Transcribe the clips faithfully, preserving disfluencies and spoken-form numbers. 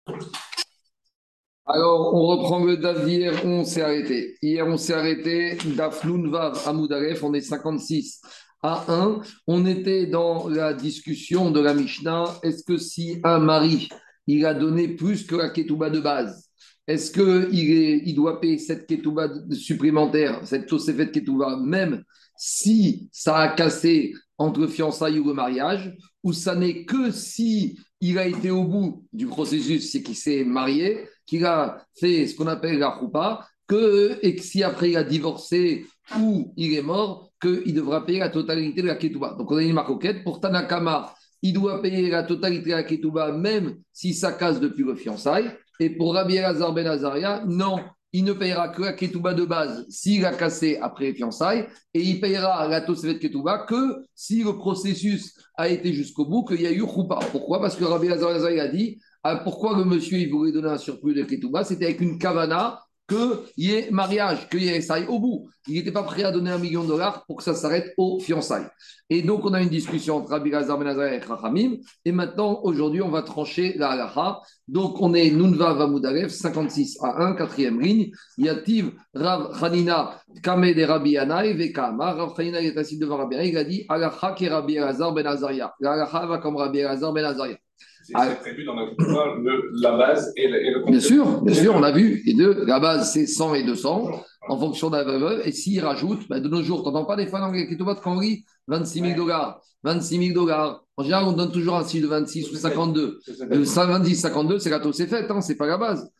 Alors, on reprend le DAF d'hier, on s'est arrêté. Hier, on s'est arrêté, DAF Nunvav Hamoud Aleph, on est cinquante-six à un. On était dans la discussion de la Mishnah. Est-ce que si un mari, il a donné plus que la ketouba de base, est-ce qu'il est, il doit payer cette ketouba de- supplémentaire, cette tosefet ketouba, même si ça a cassé entre fiançailles ou le mariage, ou ça n'est que si il a été au bout du processus, c'est qu'il s'est marié, qu'il a fait ce qu'on appelle la choupa, que, et que si après il a divorcé ou il est mort, qu'il devra payer la totalité de la ketouba. Donc on a une marcoquette. Pour Tanakama, il doit payer la totalité de la ketouba, même si ça casse depuis le fiançailles. Et pour Rabbi Elazar Ben Azaria, non, il ne payera que la ketouba de base s'il a cassé après les fiançailles, et il payera la Tosefet ketouba que si le processus a été jusqu'au bout, qu'il y a eu choupa. Pourquoi? Parce que Rabbi Elazar Ben Azaria a dit ah, pourquoi le monsieur il voulait donner un surplus de ketouba? C'était avec une kavana qu'il y ait mariage, qu'il y ait ça aille au bout. Il n'était pas prêt à donner un million de dollars pour que ça s'arrête aux fiançailles. Et donc, on a une discussion entre Rabbi Lazar Ben Azariah et Chachamim. Et maintenant, aujourd'hui, on va trancher la halacha. Donc, on est Nunva Vamoudalev, cinquante-six à un, quatrième ligne. Yativ Rav Hanina Kamed et Rabbi Yanaï Vekama. Rav Hanina est assis devant Rabbi Yanaï. Il a dit halacha qui Rabbi Lazar Ben Azariah. La halacha va comme Rabbi Lazar Ben Azariah. C'est ah, prévu dans notre pouvoir, le, la base et le, et le Bien sûr, bien sûr, on a vu les deux. La base, c'est cent et deux cents en fonction d'un veuve. Et s'il rajoute, ben, de nos jours, tu n'entends pas des fois dans les Ketubot quand on lit vingt-six mille dollars. vingt-six mille dollars. En général, on donne toujours un chiffre de vingt-six ou cinquante-deux. Euh, vingt-six, cinquante-deux, c'est la c'est fait, hein, c'est pas la base.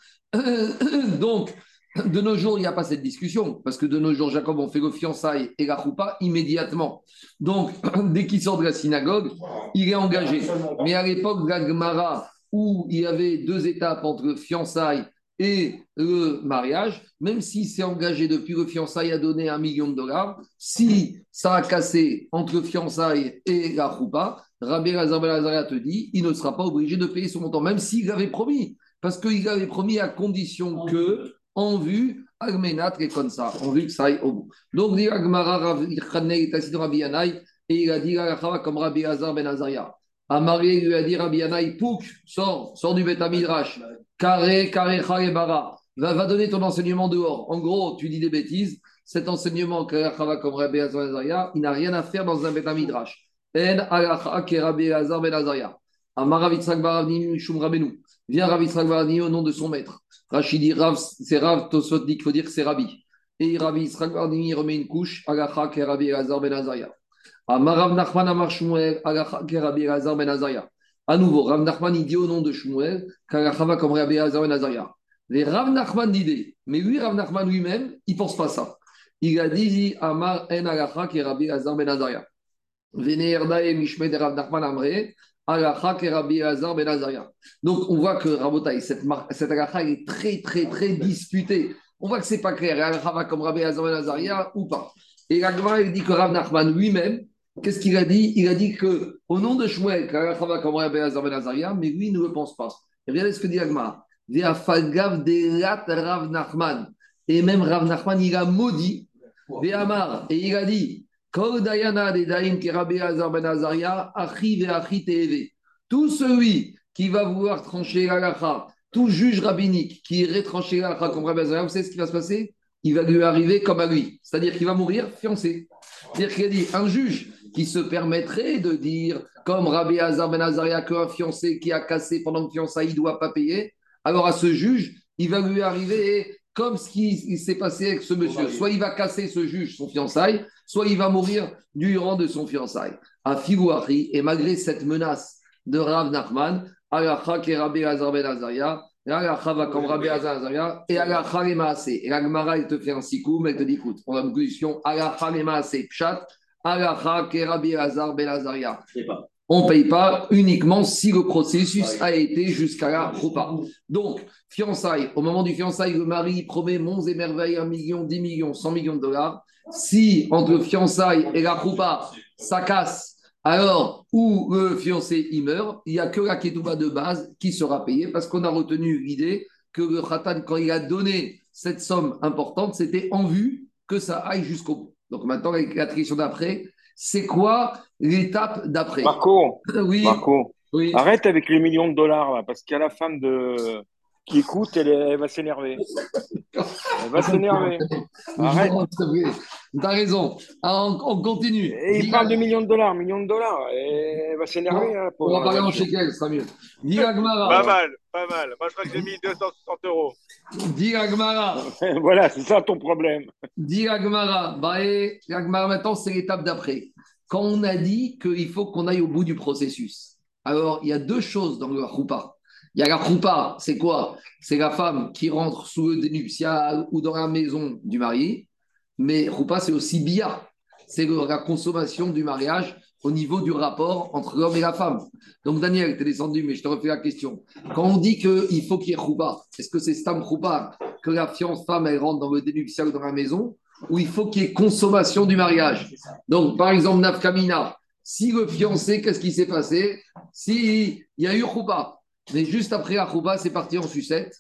Donc, de nos jours, il n'y a pas cette discussion, parce que de nos jours, Jacob, on fait le fiançailles et la choupa immédiatement. Donc, dès qu'il sort de la synagogue, il est engagé. Mais à l'époque de la Gemara, où il y avait deux étapes entre le fiançailles et le mariage, même s'il s'est engagé depuis le fiançailles à donner un million de dollars, si ça a cassé entre le fiançailles et la choupa, Rabbi Lazar Ben Azariah te dit, il ne sera pas obligé de payer son montant, même s'il avait promis, parce qu'il avait promis à condition que en vue, Agmenat et comme ça, en vue que ça aille au bout. Donc, dit Agmara, est assis dans Rabbi Yanaï, et il a dit comme Rabbi Hazar ben Azaria. Amaré lui a dit Rabbi Yanaï, Pouk, sors, sors du Beth Midrash, carré, carré, bara. Va, va donner ton enseignement dehors. En gros, tu dis des bêtises. Cet enseignement, comme Rabbi Hazar ben Azaria, il n'a rien à faire dans un Beth Midrash. En alacha ke Rabbi Hazar ben Azaria. Amaravitzak baravnim shum rabenu. Viens Rav Yitzhak Barani au nom de son maître. Rachid dit Rav, c'est Rav, Tosfot dit qu'il faut dire que c'est Rabbi. Et Rav Yitzhak Barani remet une couche, Agacha ke Rabbi Elazar ben Azaria. Amarav Nachman Amar Shmuel, Agacha ke Rabbi Elazar ben Azaria. À nouveau, Rav Nachman il dit au nom de Shmuel, qu'Agacha va comme Rabbi Elazar ben Azaria. Les Rav Nachman dit, mais lui, Rav Nachman lui-même, il ne pense pas ça. Il a dit Amar en Agacha ke Rabbi Elazar ben Azaria. Venerda et Mishmed Rav Nachman Amre. Ben donc, on voit que Rabotai, cette, cette agacha est très, très, très disputée. On voit que c'est pas clair. Agacha va comme Rabbi Azar Ben Azaria ou pas. Et Ragma, il dit que Rav Nachman lui-même, qu'est-ce qu'il a dit? Il a dit que au nom de Shmuel, Agacha va comme Rabbi Azar Ben Azaria, mais lui, il ne le pense pas. Et regardez ce que dit Ragma. Via Falgav Delat Rav Nachman. Et même Rav Nachman, il a maudit. Amar. Et il a dit. Tout celui qui va vouloir trancher l'alacha, tout juge rabbinique qui irait trancher l'alacha comme Rabbi Azaria, vous savez ce qui va se passer? Il va lui arriver comme à lui. C'est-à-dire qu'il va mourir fiancé. C'est-à-dire qu'il a dit un juge qui se permettrait de dire, comme Rabbi Azar Ben Azaria, qu'un fiancé qui a cassé pendant le fiançailles, il ne doit pas payer. Alors à ce juge, il va lui arriver comme ce qui s'est passé avec ce monsieur. Soit il va casser ce juge, son fiançailles, soit il va mourir durant de son fiançailles. À Figouari, et malgré cette menace de Rav Nachman, Alacha qui est Rabbi Azar Ben Azaria, Alacha va comme Rabbi Azar Ben Azaria, et Alacha les Maasé. Et la Gemara, elle te fait un sikoum, elle te dit écoute, on a une position, Alacha les Maasé, Pshat, Alacha qui est Rabbi Azar Ben Azaria. On ne paye pas uniquement si le processus a été jusqu'à la roupa. Donc, fiançailles, au moment du fiançailles, le mari promet monts et merveilles, un million, dix millions, cent millions de dollars. Si entre le fiançailles et la roupa, ça casse, alors où le fiancé il meurt, il n'y a que la ketouba de base qui sera payée parce qu'on a retenu l'idée que le khatan, quand il a donné cette somme importante, c'était en vue que ça aille jusqu'au bout. Donc maintenant, la question d'après, c'est quoi l'étape d'après? Marco, Oui. Marco, Oui. Arrête avec les millions de dollars, là, parce qu'il y a la femme de... qui écoute, elle, est- elle va s'énerver. Elle va s'énerver. Arrête. Tu as raison. Alors, on, on continue. Et il Dis la- parle de millions de dollars, millions de dollars. Et elle va s'énerver, bon, hein, on pour dans va la parler en voiture. shekel, ce sera mieux. Dis la Pas Gemara. mal, pas mal. Moi, je crois que j'ai mis deux cent soixante euros. Dis la Gemara. Voilà, c'est ça ton problème. Dis la Gemara. Bah, et la Gemara, maintenant, c'est l'étape d'après. Quand on a dit qu'il faut qu'on aille au bout du processus, alors il y a deux choses dans le choupa. Il y a la choupa, c'est quoi? C'est la femme qui rentre sous le dénuptial ou dans la maison du mari. Mais choupa, c'est aussi bia. C'est le- la consommation du mariage au niveau du rapport entre l'homme et la femme. Donc, Daniel, tu es descendu, mais je te refais la question. Quand on dit qu'il faut qu'il y ait choupa, est-ce que c'est stam choupa que la fiancée femme, elle rentre dans le dénuptial ou dans la maison, ou il faut qu'il y ait consommation du mariage? Donc, par exemple, Nafkamina, si le fiancé, qu'est-ce qui s'est passé? Si il y a eu choupa, mais juste après la choupa, c'est parti en sucette.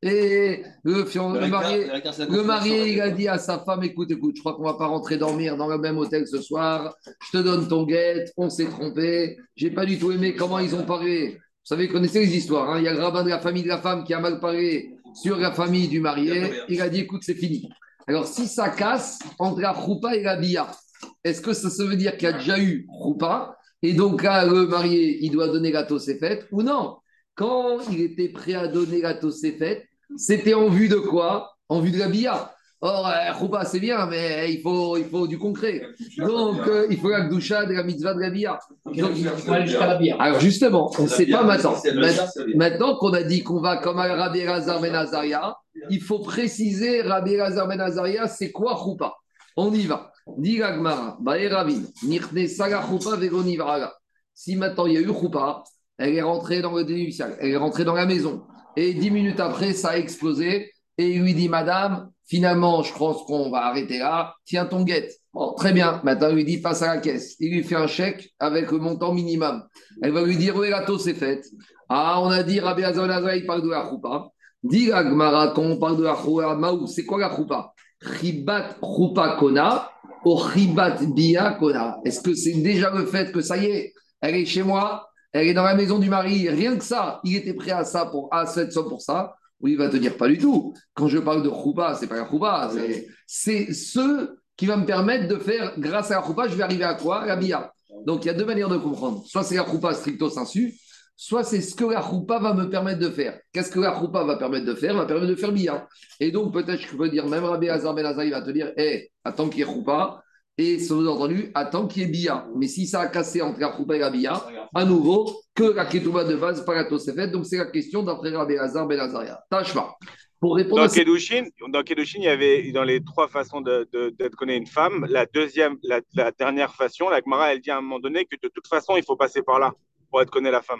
Et le, fian- le marié, le marié, il a dit à sa femme, écoute, écoute, je crois qu'on va pas rentrer dormir dans le même hôtel ce soir. Je te donne ton guette, on s'est trompé. J'ai pas du tout aimé comment ils ont parlé. Vous savez, vous connaissez les histoires. Hein. Il y a le rabbin de la famille de la femme qui a mal parlé sur la famille du marié. Il a dit, écoute, c'est fini. Alors, si ça casse entre la choupa et la bia, est-ce que ça, ça veut dire qu'il y a déjà eu choupa et donc là, le marié, il doit donner la toséfette ou non? Quand il était prêt à donner la toséfette, c'était en vue de quoi? En vue de la bia. Or, euh, choupa, c'est bien, mais il faut, il faut du concret. Donc, euh, il faut la gdoucha de la mitzvah de la bia. Donc, Il faut aller jusqu'à la bière. alors justement, on ne sait pas maintenant. C'est le Ma- chat, c'est la bière. Maintenant qu'on a dit qu'on va comme à Rabbi Elazar Ben Azaria, il faut préciser Rabbi Elazar Ben Azaria, c'est quoi choupa? On y va. Dit la Gemara, Bae Rabin, Nichne Saga choupa vegoni vraga. Si maintenant il y a eu choupa, elle est rentrée dans le dénuptial, elle est rentrée dans la maison, et dix minutes après, ça a explosé, et il lui dit, Madame, finalement, je pense qu'on va arrêter là, tiens ton guette. Bon, très bien, maintenant il lui dit, passe à la caisse. Il lui fait un chèque avec le montant minimum. Elle va lui dire, oui, la taux c'est faite. Ah, on a dit, Rabbi Azar Azar, il parle de la choupa. Dit la Gemara, quand on parle de la choupa, Maou, c'est quoi la choupa? Chibat choupa kona, ou chibat bia kona. Est-ce que c'est déjà le fait que ça y est, elle est chez moi, elle est dans la maison du mari, rien que ça, il était prêt à ça, pour, à cette somme pour ça? Oui, il va te dire pas du tout. Quand je parle de choupa, c'est pas la choupa, c'est, c'est ce qui va me permettre de faire, grâce à la choupa, je vais arriver à quoi? La bia. Donc il y a deux manières de comprendre. Soit c'est la choupa stricto sensu, soit c'est ce que la choupa va me permettre de faire. Qu'est-ce que la choupa va permettre de faire? Elle va permettre de faire bia. Et donc peut-être je peux dire, même Rabbi Hazar Ben Hazar, il va te dire, hé, attends qu'il y ait choupa, et sous-entendu, attends qu'il y ait bia. Mais si ça a cassé entre la choupa et la bia, à nouveau, que la ketouba de base, pas la tosefet. Donc c'est la question d'après Rabbi Hazar Ben Hazaria. Tâche-moi. Pour répondre Dans à cette... Kedushin, dans Kedushin, il y avait dans les trois façons de, de, d'être connaît une femme. La deuxième, la, la dernière façon, la Gemara, elle dit à un moment donné que de toute façon, il faut passer par là pour être connaît la femme.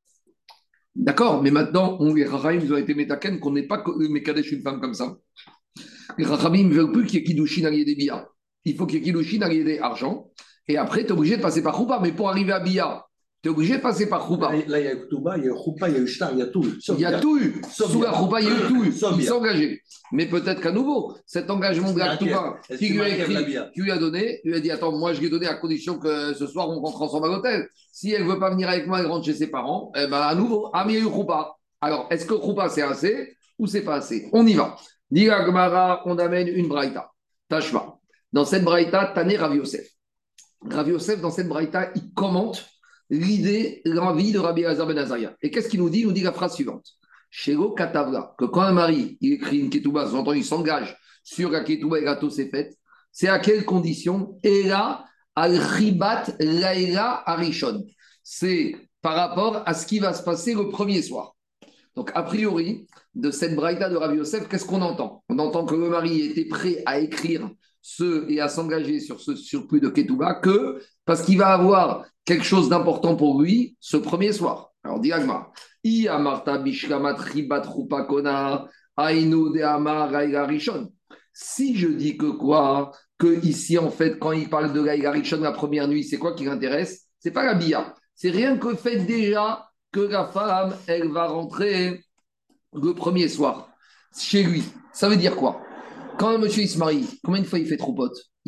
D'accord, mais maintenant, on, les Rachaim, ils ont été métaken qu'on n'est pas mékadesh une femme comme ça. Les Rachaim ne veulent plus qu'il y ait Kiddushin à des billets. Il faut qu'il y ait Kiddushin à des argent. Et après, tu es obligé de passer par Choupa. Mais pour arriver à Bia, tu es obligé de passer par Choupa. Là, là, il y a Ktuba, il y a Choupa, il y a eu Shtar, il y a tout. Sauf Il y a bien. tout eu. Sauf Sous la bien. Choupa, il y a eu tout eu. Sauf Il bien. s'est engagé. Mais peut-être qu'à nouveau, cet engagement de la Marqué. Choupa Est-ce qui que lui a marqué la écrit, Bia? qui lui a donné, il lui a dit attends, moi je lui ai donné à condition que ce soir on rentre ensemble à l'hôtel. Si elle ne veut pas venir avec moi, elle rentre chez ses parents, eh ben à nouveau, ah, mais il y a eu Choupa. Alors, est-ce que Choupa c'est assez ou c'est pas assez? On y va. Dit la Gemara, on amène une braïta. Tashma. Dans cette braïta, Tané Rav Yosef. Rav Yosef, dans cette braïta, il commente l'idée, l'envie de Rabbi Elazar Ben Azaria. Et qu'est-ce qu'il nous dit? Il nous dit la phrase suivante. Shelo Katavla, que quand un mari il écrit une ketouba, sous-entendu il s'engage sur la ketouba et la tosefet, c'est à quelles conditions? Et là, al-ribat laïla arishon. C'est par rapport à ce qui va se passer le premier soir. Donc, a priori, de cette braïta de Rabbi Yosef, qu'est-ce qu'on entend? On entend que le mari était prêt à écrire ce et à s'engager sur ce surplus de ketouba que parce qu'il va avoir quelque chose d'important pour lui ce premier soir. Alors, dit Agmar, I amarta bishkamat ribat rupakona ainu de amar raïla rishon. Si je dis que quoi? Que ici, en fait, quand il parle de raïla rishon la première nuit, c'est quoi qui l'intéresse? C'est pas la bia. C'est rien que le fait déjà que la femme, elle va rentrer le premier soir chez lui. Ça veut dire quoi? Quand un monsieur il se marie, combien de fois il fait trop pote?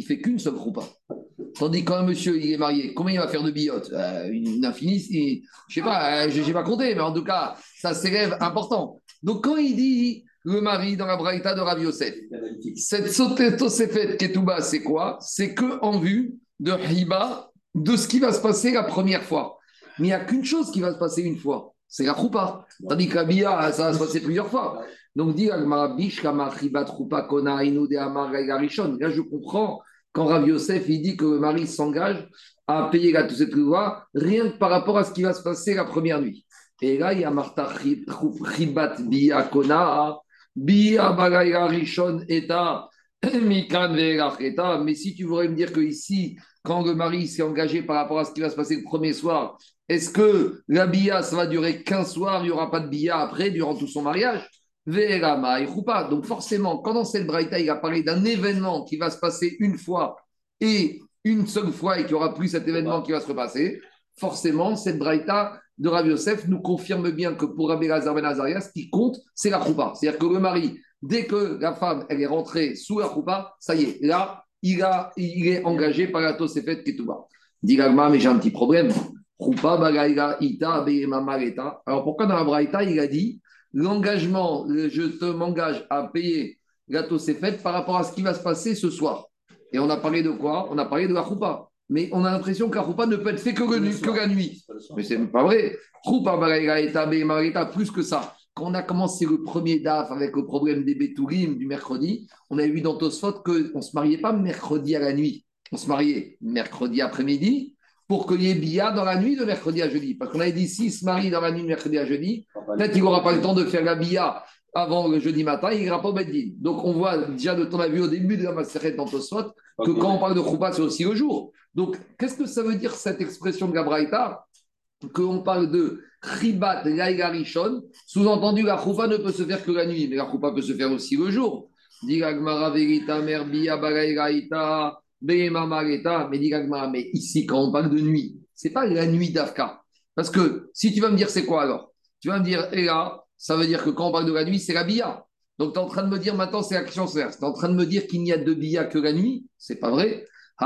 il fait qu'une seule choupa. Tandis que quand un monsieur il est marié, combien il va faire de billottes euh, Une infinie, il- je sais pas, euh, je n'ai pas compté, mais en tout cas, ça s'élève important. Donc quand il dit le mari dans la braïta de Rav Yosef, cette sauté Tosefet Ketouba, c'est quoi? C'est que en vue de Hiba, de ce qui va se passer la première fois. Mais il n'y a qu'une chose qui va se passer une fois, c'est la choupa. Tandis que la bia, ça va se passer plusieurs fois. Donc, dit Agmara Bish, Kama Chibat Choupa Kona Inu de Amar Garishon. Là, je comprends quand Rav Yosef il dit que le mari s'engage à payer la cette loi rien que par rapport à ce qui va se passer la première nuit. Et là, il y a Marta Chibat Bia Kona, Bia Bagaya Rishon Eta, Mikan Eta. Mais si tu voudrais me dire que ici, quand le mari s'est engagé par rapport à ce qui va se passer le premier soir, est-ce que la bia, ça va durer quinze soirs, il n'y aura pas de bia après, durant tout son mariage? Donc forcément, quand dans cette braïta, il a parlé d'un événement qui va se passer une fois et une seule fois et qu'il n'y aura plus cet événement qui va se repasser, forcément, cette braïta de Rav Yosef nous confirme bien que pour Rabbi Elazar ben Azaria, ce qui compte, c'est la choupa. C'est-à-dire que le mari, dès que la femme elle est rentrée sous la choupa, ça y est, là, il, a, il est engagé par la Tosefet Ketouba. Dit Gagma, mais j'ai un petit problème. Choupa, bagaïga, ita, be'ema, mareta. Alors pourquoi dans la braïta, il a dit l'engagement, je te m'engage à payer la Tosefet par rapport à ce qui va se passer ce soir. Et on a parlé de quoi? On a parlé de la choupa. Mais on a l'impression que la choupa ne peut être fait que, le, que la nuit. Mais c'est pas vrai. Choupa, bagaïga, ita, be'ema, mareta, plus que ça. Quand on a commencé le premier D A F avec le problème des Betourim du mercredi, on a vu dans Tosfot qu'on ne se mariait pas mercredi à la nuit. On se mariait mercredi après-midi pour qu'il y ait bia dans la nuit de mercredi à jeudi. Parce qu'on avait dit, s'il se marie dans la nuit de mercredi à jeudi, peut-être qu'il n'aura pas le temps de faire la bia avant le jeudi matin, il n'ira pas au Beddin. Donc on voit déjà, de ton avis au début de la Maseret dans Tosfot, que quand on parle de Choupa, c'est aussi le jour. Donc qu'est-ce que ça veut dire cette expression de la Braïta? Qu'on parle de Chibat Laïga Rishon, sous-entendu, la choupa ne peut se faire que la nuit, mais la choupa peut se faire aussi le jour. Mais mais ici, quand on parle de nuit, c'est pas la nuit d'Afka. Parce que si tu vas me dire c'est quoi alors? Tu vas me dire, et là, ça veut dire que quand on parle de la nuit, c'est la bia. Donc tu es en train de me dire maintenant, c'est l'action solaire. Tu es en train de me dire qu'il n'y a de bia que la nuit. C'est pas vrai.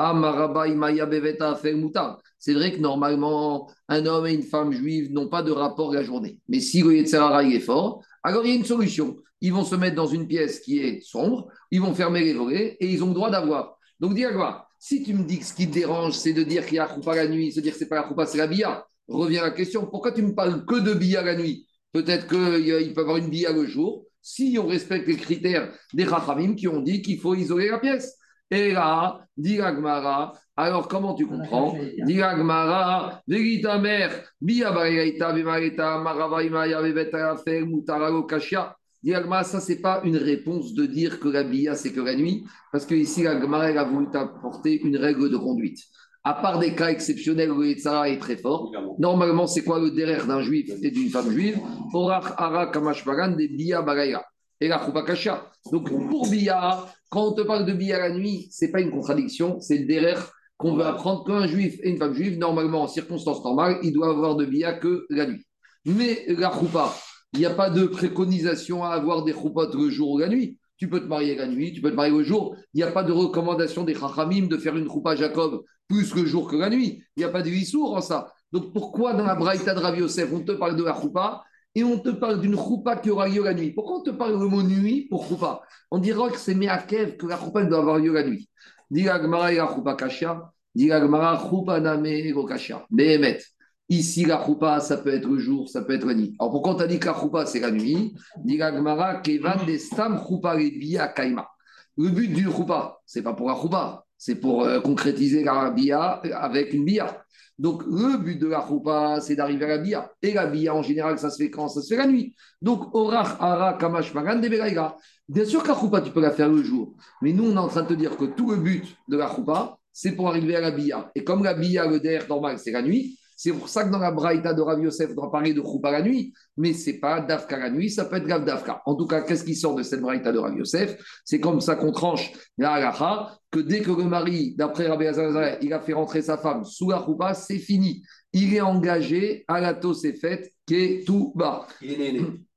C'est vrai que normalement, un homme et une femme juive n'ont pas de rapport la journée. Mais si le Yetzer Hara est fort, alors il y a une solution. Ils vont se mettre dans une pièce qui est sombre, ils vont fermer les volets et ils ont le droit d'avoir. Donc dis à quoi? Si tu me dis que ce qui te dérange, c'est de dire qu'il y a choupa la nuit, se dire que c'est pas la choupa, c'est la bia, revient à la question, pourquoi tu me parles que de bia la nuit? Peut-être qu'il peut y avoir une bia le jour, si on respecte les critères des Chachamim qui ont dit qu'il faut isoler la pièce. Et là, dit l'Agmara, alors comment tu comprends? Dit l'Agmara, Vérita mère, Bia Baraita, Bimarita, Maravaimaya, Bebeta, Fer, Mutarago, Kashia. Dit l'Agmara, ça, c'est pas une réponse de dire que la Bia, c'est que la nuit, parce que ici, l'Agmara, elle a voulu apporter une règle de conduite. À part des cas exceptionnels où l'Etzara est très fort, normalement, c'est quoi le derrière d'un juif et d'une femme juive? Orach, Ara, Kamashpagan, des Bia Baraïa. Et la Choupa Kasha. Donc, pour Bia, quand on te parle de bia la nuit, ce n'est pas une contradiction, c'est le derrière qu'on veut apprendre qu'un juif et une femme juive, normalement, en circonstances normales, ils doivent avoir de bia que la nuit. Mais la choupa, il n'y a pas de préconisation à avoir des choupotes le jour ou la nuit. Tu peux te marier la nuit, tu peux te marier le jour. Il n'y a pas de recommandation des chachamim de faire une choupa Jacob plus le jour que la nuit. Il n'y a pas de vissour en ça. Donc pourquoi dans la braïta de Rav Yosef, on te parle de la choupa et on te parle d'une choupa qui aura lieu la nuit? Pourquoi on te parle le mot nuit pour choupa? On dira que c'est Meakev, que la choupa doit avoir lieu la nuit. Diga Gmara et la choupa kasha. Diga Gmara choupa name go kasha. Behemet. Ici, la choupa, ça peut être le jour, ça peut être la nuit. Alors pourquoi on t'a dit que la choupa, c'est la nuit? Diga Gmara kevan de stam choupa bia kaima. Le but du choupa, c'est pas pour la choupa, c'est pour euh, concrétiser la bia avec une bia. Donc, le but de la choupa, c'est d'arriver à la bia. Et la bia, en général, ça se fait quand? Ça se fait la nuit. Donc, orach, ara, kamash, magan, de belaïga. Bien sûr que la choupa, tu peux la faire le jour. Mais nous, on est en train de te dire que tout le but de la choupa, c'est pour arriver à la bia. Et comme la bia, le der normal, c'est la nuit, c'est pour ça que dans la braïta de Rav Yosef, on doit parler de choupa la nuit. Mais ce n'est pas dafka la nuit, ça peut être gav dafka. En tout cas, qu'est-ce qui sort de cette braïta de Rav Yosef? C'est comme ça qu'on tranche la halacha, que dès que le mari, d'après Rabbi Azazah, il a fait rentrer sa femme sous la choupa, c'est fini. Il est engagé à la Tosefet qui est tout bas. Il est né.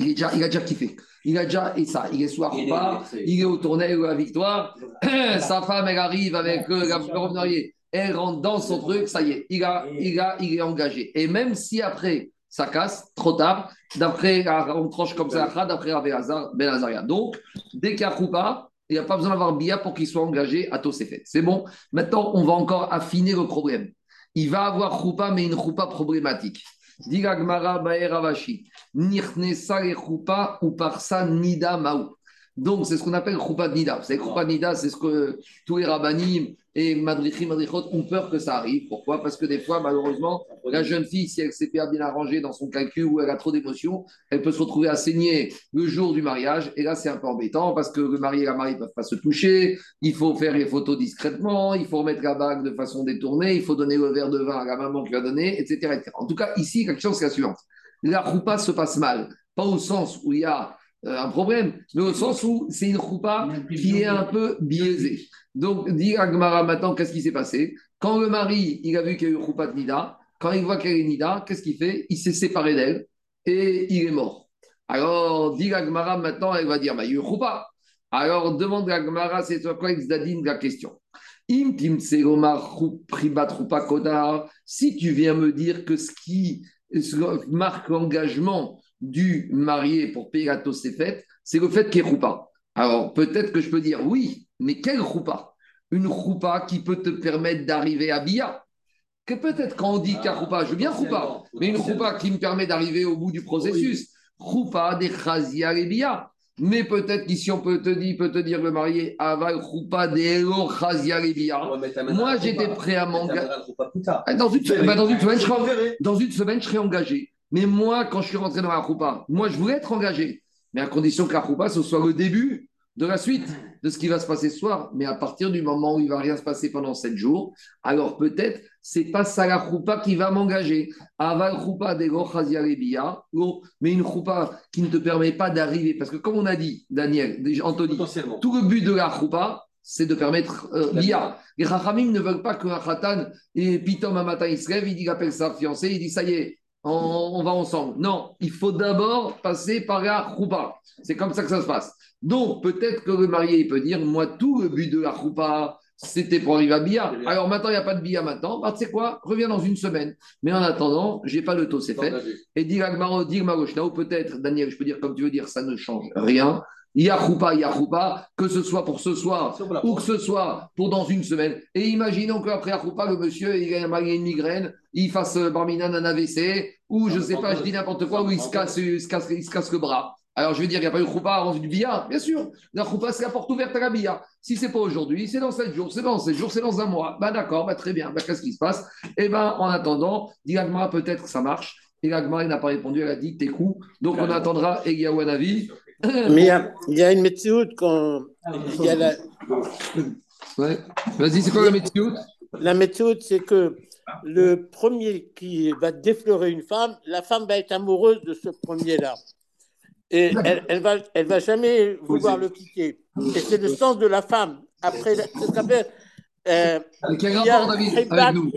il, est déjà, il a déjà kiffé. Il a déjà, et ça, il est soir ou pas, il est au tournoi ou à la victoire. Sa femme, elle arrive avec euh, la robe mariée. Elle rentre dans son truc, ça y est, il, a, il, a, il est engagé. Et même si après, ça casse, trop tard, d'après, on tranche comme ça, d'après Rabbi Ben Azaria. Donc, dès qu'il y a Khoupa, il n'y a pas besoin d'avoir Bia pour qu'il soit engagé à Tosefet. C'est bon. Maintenant, on va encore affiner le problème. Il va avoir Khoupa, mais une Khoupa problématique. Diga Gmara Baer Ravashi. Nirnesa le Khoupa ou Parsa Nida Maou. Donc, c'est ce qu'on appelle Khoupa de Nida. Vous savez, Khoupa de Nida, c'est ce que tous les rabbanim et Madrichim, Madrichot ont peur que ça arrive. Pourquoi? Parce que des fois, malheureusement, la jeune fille, si elle ne s'est pas bien arrangée dans son calcul ou elle a trop d'émotions, elle peut se retrouver à saigner le jour du mariage. Et là, c'est un peu embêtant parce que le mari et la mariée ne peuvent pas se toucher. Il faut faire les photos discrètement. Il faut remettre la bague de façon détournée. Il faut donner le verre de vin à la maman qui l'a donné, et cetera, et cetera. En tout cas, ici, quelque chose, c'est la suivante. La Khoupa se passe mal. Pas au sens où il y a euh, un problème, mais au sens où c'est une Khoupa qui est un peu biaisée. Donc, dit Agmara maintenant, qu'est-ce qui s'est passé? Quand le mari, il a vu qu'il y a eu Khoupa de Nida, quand il voit qu'elle est Nida, qu'est-ce qu'il fait? Il s'est séparé d'elle et il est mort. Alors, dit Agmara maintenant, elle va dire, bah, il y a eu Khoupa. Alors, demande Agmara, c'est sur quoi Xdadine la question. Im tim segomar pribat Khoupa kodar. Si tu viens me dire que ce qui marque l'engagement du marié pour payer la Tosefet, c'est le fait qu'il y ait Khoupa. Alors, peut-être que je peux dire oui, mais quelle Khoupa? Une Khoupa qui peut te permettre d'arriver à Bia. Que peut-être quand on dit qu'il y a Khoupa, je veux bien Khoupa, mais une Khoupa qui me permet d'arriver au bout du processus. Khoupa des Khazia et Bia. Mais peut-être qu'ici, on peut te dire, peut te dire le marié, Aval Khoupa des Elo Khazia et Bia. Moi, j'étais prêt à m'engager. Dans une semaine, bah, dans une semaine, je serai, dans une semaine, je serai engagé. Mais moi, quand je suis rentré dans la Khoupa, moi, je voulais être engagé. Mais à condition que la Khoupa, ce soit le début de la suite de ce qui va se passer ce soir. Mais à partir du moment où il ne va rien se passer pendant sept jours, alors peut-être, c'est pas ça la Khoupa qui va m'engager. Aval Khoupa des Bia, mais une Khoupa qui ne te permet pas d'arriver. Parce que comme on a dit, Daniel, Anthony, tout le but de la Khoupa, c'est de permettre euh, Bia. Les Chachamim ne veulent pas qu'un Khatan, et Pitom un matin, il se lève, il dit qu'il appelle sa fiancée, il dit ça y est, on, on va ensemble. Non, il faut d'abord passer par la Khoupa. C'est comme ça que ça se passe. Donc, peut-être que le marié, il peut dire, moi, tout le but de la Khoupa, c'était pour arriver à Bia. Alors maintenant, il n'y a pas de Bia maintenant. Bah, tu sais quoi? Reviens dans une semaine. Mais en attendant, je n'ai pas le taux, c'est fait. Et dit Agmaro, dit Maroshna, ou peut-être, Daniel, je peux dire comme tu veux dire, ça ne change rien. Il y a Khoupa, il y a Khoupa, que ce soit pour ce soir ou que ce soit pour dans une semaine. Et imaginons qu'après la Khoupa, le monsieur, il a une migraine, il fasse Barminan un A V C, ou je ne sais pas, je dis n'importe quoi, ou il se casse, il se casse, il se casse le bras. Alors, je veux dire, il n'y a pas eu Khoupa avant du Bia, bien sûr. La Khoupa, c'est la porte ouverte à la Bia. Si ce n'est pas aujourd'hui, c'est dans sept jours, c'est dans sept jours, c'est dans un mois. Ben d'accord, ben, très bien. Ben, qu'est-ce qui se passe? Eh bien, en attendant, dit Agmara, peut-être que ça marche. Et Agmara, il n'a pas répondu, elle a dit, t'es coup. Donc, on attendra Egiawanavi. Mais il y a, il y a une météo quand. Il y a la... Ouais. Vas-y, c'est quoi la météo? La météo, c'est que le premier qui va déflorer une femme, la femme va être amoureuse de ce premier-là. Et elle, elle va, elle va jamais vouloir le quitter. Et c'est le sens de la femme. Après, ça s'appelle. Euh, quel rapport, David, avec nous?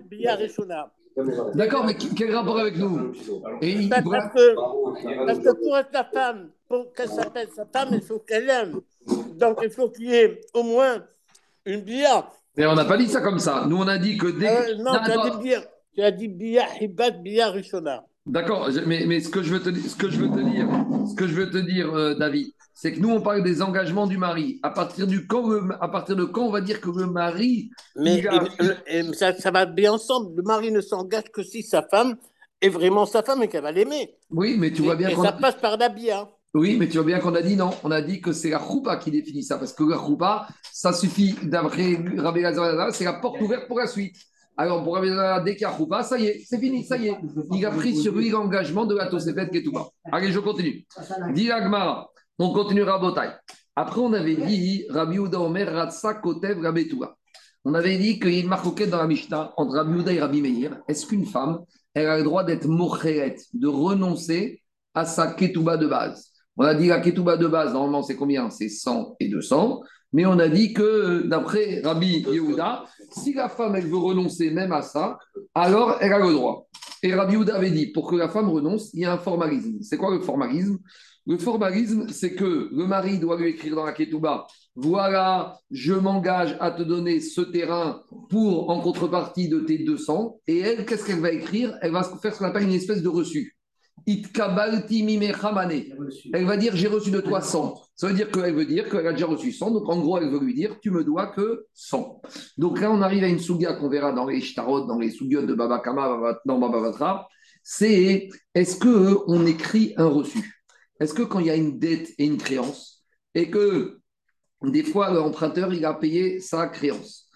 D'accord, mais quel rapport avec nous? Et parce, pourrait... que, parce que pour être la femme, pour qu'elle s'appelle sa femme, il faut qu'elle aime. Donc il faut qu'il y ait au moins une bia. Mais on n'a pas dit ça comme ça. Nous, on a dit que dès. Euh, non, non, tu as dit bia. Tu as dit bia, hibat, bia, rishona. D'accord, mais, mais ce que je veux te, ce que je veux te dire, ce que je veux te dire, euh, David, c'est que nous, on parle des engagements du mari. À partir, du quand, à partir de quand on va dire que le mari. Mais a... et, et, ça, ça va bien ensemble. Le mari ne s'engage que si sa femme est vraiment sa femme et qu'elle va l'aimer. Oui, mais tu vois bien et, qu'on et ça passe par la bia. Oui, mais tu vois bien qu'on a dit non. On a dit que c'est la Khoupa qui définit ça. Parce que la Khoupa, ça suffit, d'après Rabbi Lazar, c'est la porte ouverte pour la suite. Alors, pour Rabbi Lazar, dès qu'il y a Khoupa, ça y est, c'est fini, ça y est. Il a pris sur lui l'engagement de la Tosefet Ketouba. Allez, je continue. Dit Agmara, on continue Rabotai. Après, on avait dit Rabbi Ouda Omer, Ratsa Kotev, Rabbi Touba. On avait dit qu'il y a une marcoquette dans la Mishnah entre Rabbi Ouda et Rabbi Meir. Est-ce qu'une femme, elle a le droit d'être mocheret, de renoncer à sa Ketouba de base? On a dit la Ketouba de base, normalement, c'est combien? C'est cent et deux cents. Mais on a dit que, d'après Rabbi Yehuda, si la femme, elle veut renoncer même à ça, alors elle a le droit. Et Rabbi Houda avait dit, pour que la femme renonce, il y a un formalisme. C'est quoi le formalisme? Le formalisme, c'est que le mari doit lui écrire dans la ketouba, voilà, je m'engage à te donner ce terrain pour, en contrepartie de tes deux cents. Et elle, qu'est-ce qu'elle va écrire? Elle va faire ce qu'on appelle une espèce de reçu. Itkabalti mimechamane. Elle va dire, j'ai reçu de toi cent. Ça veut dire qu'elle veut dire qu'elle a déjà reçu cent. Donc, en gros, elle veut lui dire, tu me dois que cent. Donc là, on arrive à une souga qu'on verra dans les shtarot, dans les sougiot de Baba Kama, dans Baba Batra. C'est, est-ce qu'on écrit un reçu? Est-ce que quand il y a une dette et une créance, et que des fois l'emprunteur, il a payé sa créance,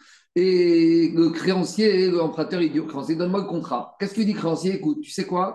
et le créancier, l'emprunteur, il dit au créancier, donne-moi le contrat. Qu'est-ce qu'il dit, créancier? Écoute, tu sais quoi?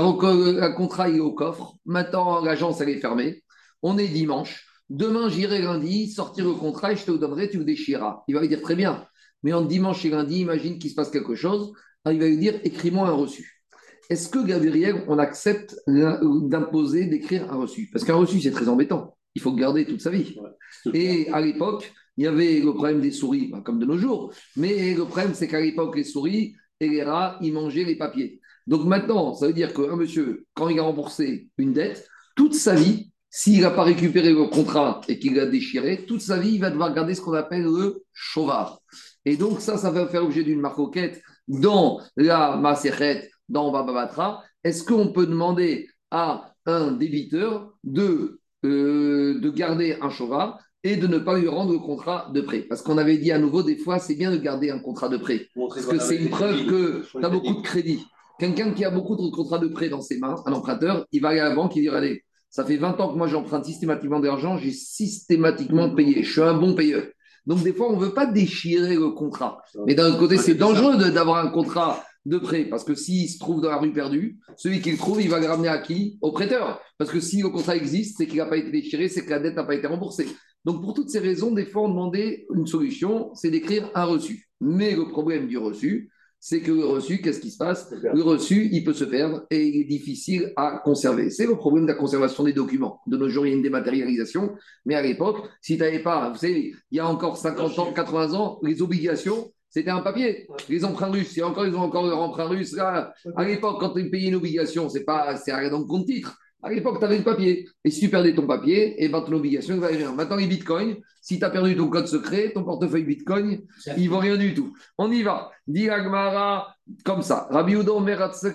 Le contrat, il est au coffre. Maintenant, l'agence, elle est fermée. On est dimanche. Demain, j'irai lundi, sortir le contrat et je te le donnerai, tu le déchireras. Il va lui dire, très bien. Mais en dimanche et lundi, imagine qu'il se passe quelque chose. Alors, il va lui dire, écris-moi un reçu. Est-ce que, Gabriel, on accepte d'imposer, d'écrire un reçu? Parce qu'un reçu, c'est très embêtant. Il faut le garder toute sa vie. Et à l'époque, il y avait le problème des souris, comme de nos jours. Mais le problème, c'est qu'à l'époque, les souris et les rats, ils mangeaient les papiers. Donc maintenant, ça veut dire qu'un monsieur, quand il a remboursé une dette, toute sa vie, s'il n'a pas récupéré le contrat et qu'il l'a déchiré, toute sa vie, il va devoir garder ce qu'on appelle le chauvard. Et donc ça, ça va faire l'objet d'une marcoquette dans la Maserhet, dans Baba Batra. Est-ce qu'on peut demander à un débiteur de, euh, de garder un chauvard et de ne pas lui rendre le contrat de prêt? Parce qu'on avait dit à nouveau, des fois, c'est bien de garder un contrat de prêt. Parce que c'est une preuve que tu as beaucoup de crédit. Quelqu'un qui a beaucoup de contrats de prêt dans ses mains, un emprunteur, il va aller à la banque et dire, allez, ça fait vingt ans que moi j'emprunte systématiquement de l'argent, j'ai systématiquement payé, je suis un bon payeur. Donc des fois, on ne veut pas déchirer le contrat. Mais d'un autre côté, c'est dangereux de, d'avoir un contrat de prêt, parce que s'il se trouve dans la rue perdue, celui qui le trouve, il va le ramener à qui? Au prêteur. Parce que si le contrat existe, c'est qu'il n'a pas été déchiré, c'est que la dette n'a pas été remboursée. Donc pour toutes ces raisons, des fois, on demandait une solution, c'est d'écrire un reçu. Mais le problème du reçu, c'est que le reçu, qu'est-ce qui se passe? Le reçu, il peut se perdre et il est difficile à conserver. C'est le problème de la conservation des documents. De nos jours, il y a une dématérialisation, mais à l'époque, si tu n'avais pas, vous savez, il y a encore cinquante ans, quatre-vingts ans, les obligations, c'était un papier. Les emprunts russes, il y a encore, ils ont encore leur emprunt russe. Là, à l'époque, quand tu payais une obligation, c'est pas, c'est rien dans le compte titre. À l'époque, tu avais le papier. Et si tu perdais ton papier, et ben ton obligation ne valait rien. Maintenant, les bitcoins, si tu as perdu ton code secret, ton portefeuille bitcoin, il ne vaut rien du tout. On y va. Dit Agmara, comme ça. Rabbi Houda, on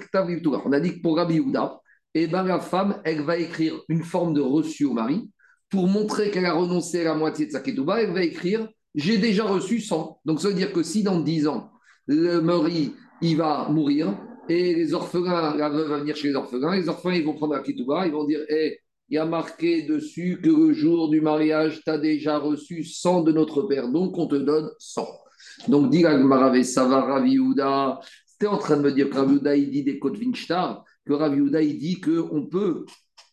a dit que pour Rabbi Houda, eh ben, la femme, elle va écrire une forme de reçu au mari pour montrer qu'elle a renoncé à la moitié de sa ketouba. Elle va écrire j'ai déjà reçu cent. Donc, ça veut dire que si dans dix ans, le mari, il va mourir, et les orphelins, la veuve va venir chez les orphelins, les orphelins, ils vont prendre la ketouba, ils vont dire, hé, il y a marqué dessus que le jour du mariage, tu as déjà reçu cent de notre père, donc on te donne cent. Donc, dit Agmarave, ça va, Ravi Houda. C'était en train de me dire que Ravi Houda, il dit des Côtes Vinchtar, que Ravi Houda, il dit qu'on peut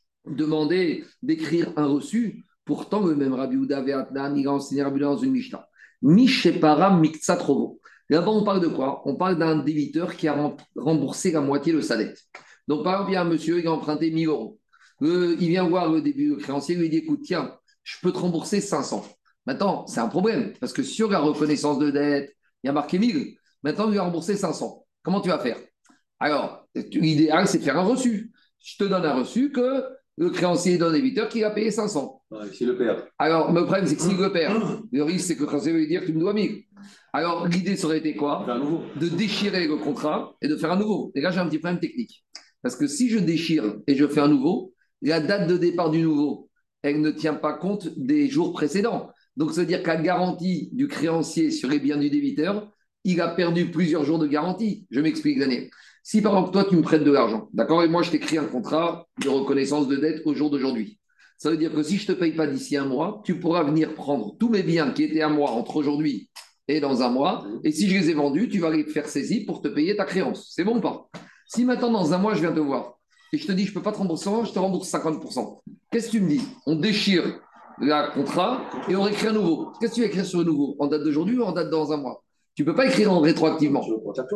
demander d'écrire un reçu. Pourtant, le même Ravi Houda, il a enseigné Ravi Houda dans une Mishnah. Mishepara Miktsat Rovo. Là-bas, on parle de quoi? On parle d'un débiteur qui a remboursé la moitié de sa dette. Donc, par exemple, il y a un monsieur, il a emprunté mille euros. Euh, il vient voir le début, le créancier, il lui dit, écoute, tiens, je peux te rembourser cinq cents. Maintenant, c'est un problème, parce que sur la reconnaissance de dette, il y a marqué mille. Maintenant, il lui a remboursé cinq cents. Comment tu vas faire? Alors, l'idéal, c'est de faire un reçu. Je te donne un reçu que le créancier donne au débiteur qui a payé cinq cents. Ouais, c'est le père. Alors, le problème, c'est que s'il le perd, le risque, c'est que le créancier va lui dire, tu me dois mille. Alors, l'idée, ça aurait été quoi? De déchirer le contrat et de faire un nouveau. Et là, j'ai un petit problème technique. Parce que si je déchire et je fais un nouveau, la date de départ du nouveau, elle ne tient pas compte des jours précédents. Donc, ça veut dire que la garantie du créancier sur les biens du débiteur, il a perdu plusieurs jours de garantie. Je m'explique, Daniel. Si par exemple, toi, tu me prêtes de l'argent, d'accord, et moi, je t'écris un contrat de reconnaissance de dette au jour d'aujourd'hui. Ça veut dire que si je ne te paye pas d'ici un mois, tu pourras venir prendre tous mes biens qui étaient à moi entre aujourd'hui et dans un mois. Et si je les ai vendus, tu vas les faire saisir pour te payer ta créance. C'est bon ou pas? Si maintenant, dans un mois, je viens te voir et je te dis, je ne peux pas te rembourser, je te rembourse cinquante pour cent. Qu'est-ce que tu me dis? On déchire le contrat et on réécrit un nouveau. Qu'est-ce que tu vas écrire sur le nouveau? En date d'aujourd'hui ou en date dans un mois? Tu ne peux pas écrire en rétroactivement.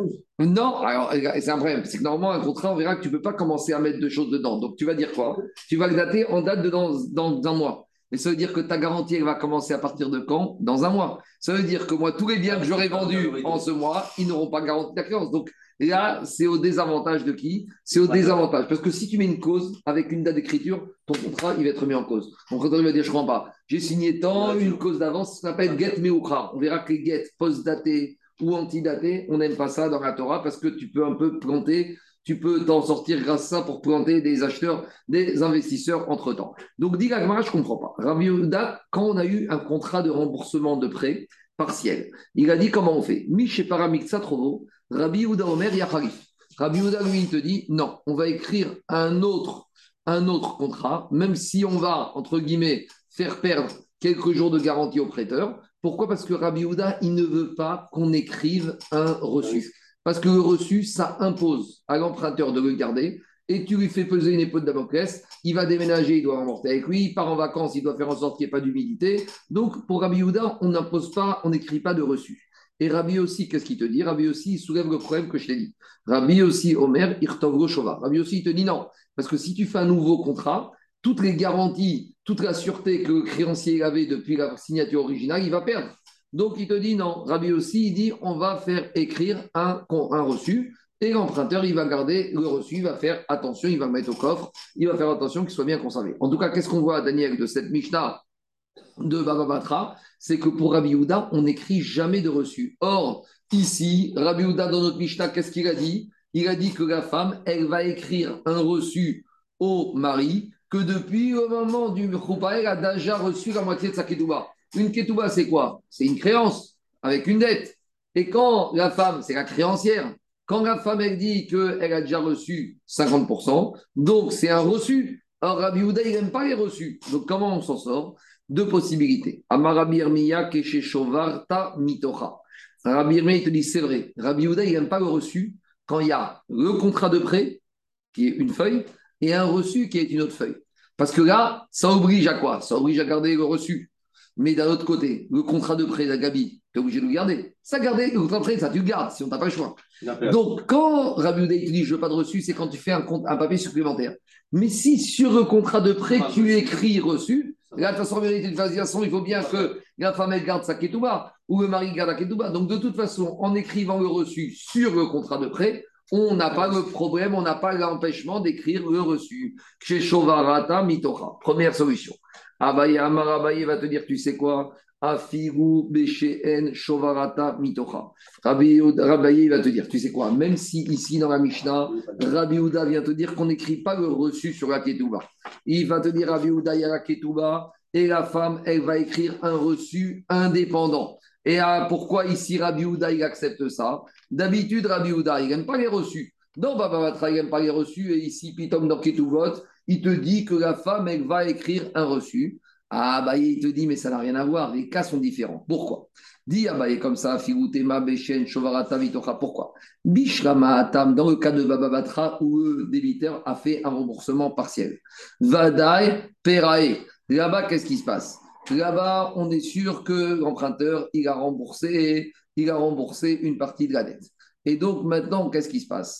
Non, alors c'est un problème. C'est que normalement, un contrat, on verra que tu ne peux pas commencer à mettre deux choses dedans. Donc tu vas dire quoi? Tu vas le dater en date de dans, dans un mois. Mais ça veut dire que ta garantie, elle va commencer à partir de quand? Dans un mois. Ça veut dire que moi, tous les biens que j'aurais vendus en ce mois, ils n'auront pas garanti la créance. Donc là, c'est au désavantage de qui? C'est au désavantage. Parce que si tu mets une cause avec une date d'écriture, ton contrat, il va être remis en cause. Ton contrat, il va dire, je ne comprends pas. J'ai signé tant, une cause d'avance, ça s'appelle get meukra. On verra que les get post-datés ou antidatés, on n'aime pas ça dans la Torah parce que tu peux un peu planter, tu peux t'en sortir grâce à ça pour planter des acheteurs, des investisseurs entre-temps. Donc, dit l'Agmara, je ne comprends pas. Rabbi Yehuda, quand on a eu un contrat de remboursement de prêt partiel, il a dit comment on fait. Miché paramiksa trovo, Rabbi Yehuda Omer Yacharif. Rabbi Yehuda, lui, il te dit non, on va écrire un autre, un autre contrat, même si on va, entre guillemets, faire perdre quelques jours de garantie au prêteur. Pourquoi? Parce que Rabbi Yehuda, il ne veut pas qu'on écrive un reçu. Parce que le reçu, ça impose à l'emprunteur de le garder et tu lui fais peser une épée de Damoclès. Il va déménager, il doit remporter avec lui. Il part en vacances, il doit faire en sorte qu'il n'y ait pas d'humidité. Donc, pour Rabbi Yehuda, on n'impose pas, on n'écrit pas de reçu. Et Rabbi aussi, qu'est-ce qu'il te dit? Rabbi aussi, il soulève le problème que je t'ai dit. Rabbi aussi, Omer, Irtov Shova. Rabbi aussi, il te dit non. Parce que si tu fais un nouveau contrat, toutes les garanties, toute la sûreté que le créancier avait depuis la signature originale, il va perdre. Donc, il te dit non. Rabbi aussi, il dit on va faire écrire un, un reçu et l'emprunteur, il va garder le reçu, il va faire attention, il va le mettre au coffre, il va faire attention qu'il soit bien conservé. En tout cas, qu'est-ce qu'on voit, Daniel, de cette Mishnah de Baba Batra? C'est que pour Rabbi Yehuda, on n'écrit jamais de reçu. Or, ici, Rabbi Yehuda, dans notre Mishnah, qu'est-ce qu'il a dit? Il a dit que la femme, elle va écrire un reçu au mari que depuis le moment du Choupa, elle a déjà reçu la moitié de sa ketouba. Une ketouba, c'est quoi? C'est une créance avec une dette. Et quand la femme, c'est la créancière, quand la femme, elle dit qu'elle a déjà reçu cinquante pour cent, donc c'est un reçu. Alors Rabbi Yehuda, il n'aime pas les reçus. Donc comment on s'en sort? Deux possibilités. Amarabi Irmiya Keshe Shovarta Mitocha. Rabbi Irmiya, il te dit, c'est vrai. Rabbi Yehuda, il n'aime pas le reçu quand il y a le contrat de prêt, qui est une feuille, et un reçu qui est une autre feuille. Parce que là, ça oblige à quoi? Ça oblige à garder le reçu. Mais d'un autre côté, le contrat de prêt d'Agabi, tu es obligé de le garder. Ça, garder le contrat de prêt, ça, tu le gardes, si on n'a pas le choix. Donc, quand Rabbi Yehuda te dit je veux pas de reçu, c'est quand tu fais un, compte, un papier supplémentaire. Mais si sur le contrat de prêt, tu écris reçu, là, de toute façon, en vérité, de façon, il faut bien que la femme elle garde sa ketouba ou le mari garde la ketouba. Donc, de toute façon, en écrivant le reçu sur le contrat de prêt, on n'a pas le problème, on n'a pas l'empêchement d'écrire le reçu. Chez Shovarata Mitocha. Première solution. Abaye Amar Abaye va te dire, tu sais quoi? Afigu Besheen Shovarata Mitocha. Rabbi Abaye va te dire, tu sais quoi? Même si ici dans la Mishnah, Rabbi Yehuda vient te dire qu'on n'écrit pas le reçu sur la ketouba. Il va te dire, Rabbi Yehuda, il y a la ketouba et la femme, elle va écrire un reçu indépendant. Et ah, pourquoi ici Rabbi Yehuda, il accepte ça? D'habitude, Rabbi Yehuda, il n'aime pas les reçus. Dans Baba Batra, il n'aime pas les reçus. Et ici, Pitom dans Ketuvot, il te dit que la femme, elle va écrire un reçu. Ah, bah, il te dit, mais ça n'a rien à voir. Les cas sont différents. Pourquoi? Dis, ah, bah, comme ça, Figutema, Bechen, Shovarata, Vitocha. Pourquoi? Bishrama Atam, dans le cas de Baba Batra, où le débiteur a fait un remboursement partiel. Vadaï, Perae. Là-bas, qu'est-ce qui se passe? Là-bas, on est sûr que l'emprunteur, il a remboursé, il a remboursé une partie de la dette. Et donc, maintenant, qu'est-ce qui se passe?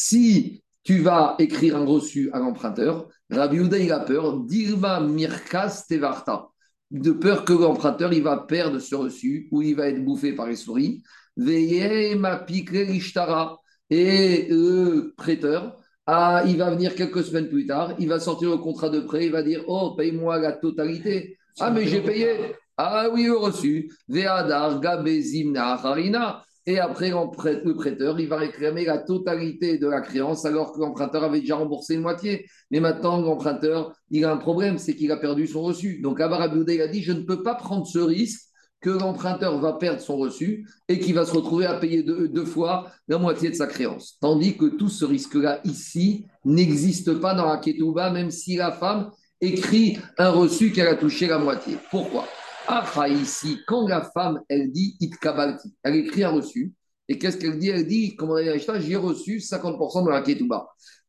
Si tu vas écrire un reçu à l'emprunteur, Rabbi Yehuda, il a peur, Dilma Mirkas Tevarta, de peur que l'emprunteur, il va perdre ce reçu, ou il va être bouffé par les souris. Veye ma pikre lishtara. Et le prêteur, ah, il va venir quelques semaines plus tard, il va sortir le contrat de prêt, il va dire, oh, paye-moi la totalité. Ah, mais j'ai payé. Ah oui, le reçu. Ve'adar gabezim harina. Et après, le prêteur, il va réclamer la totalité de la créance alors que l'emprunteur avait déjà remboursé une moitié. Mais maintenant, l'emprunteur, il a un problème, c'est qu'il a perdu son reçu. Donc, Rabbi Yehuda, il a dit, je ne peux pas prendre ce risque que l'emprunteur va perdre son reçu et qu'il va se retrouver à payer deux, deux fois la moitié de sa créance. Tandis que tout ce risque-là, ici, n'existe pas dans la ketouba, même si la femme écrit un reçu qu'elle a touché la moitié. Pourquoi? Ah, ici, quand la femme, elle dit itkabalti, elle écrit un reçu, et qu'est-ce qu'elle dit? Elle dit, comme on a dit, j'ai reçu cinquante pour cent de la ketouba.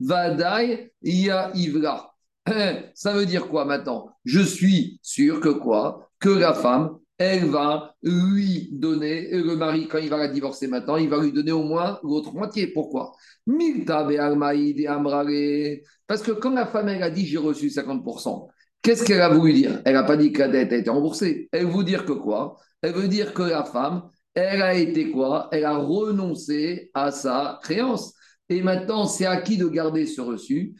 Vadaï ya ivra. Ça veut dire quoi maintenant? Je suis sûr que quoi? Que la femme, elle va lui donner, et le mari, quand il va la divorcer maintenant, il va lui donner au moins l'autre moitié. Pourquoi? Milta be almaïd et amrare. Parce que quand la femme, elle a dit, j'ai reçu cinquante pour cent, Qu'est-ce qu'elle a voulu dire? Elle n'a pas dit que la dette a été remboursée. Elle veut dire que quoi? Elle veut dire que la femme, elle a été quoi? Elle a renoncé à sa créance. Et maintenant, c'est à qui de garder ce reçu?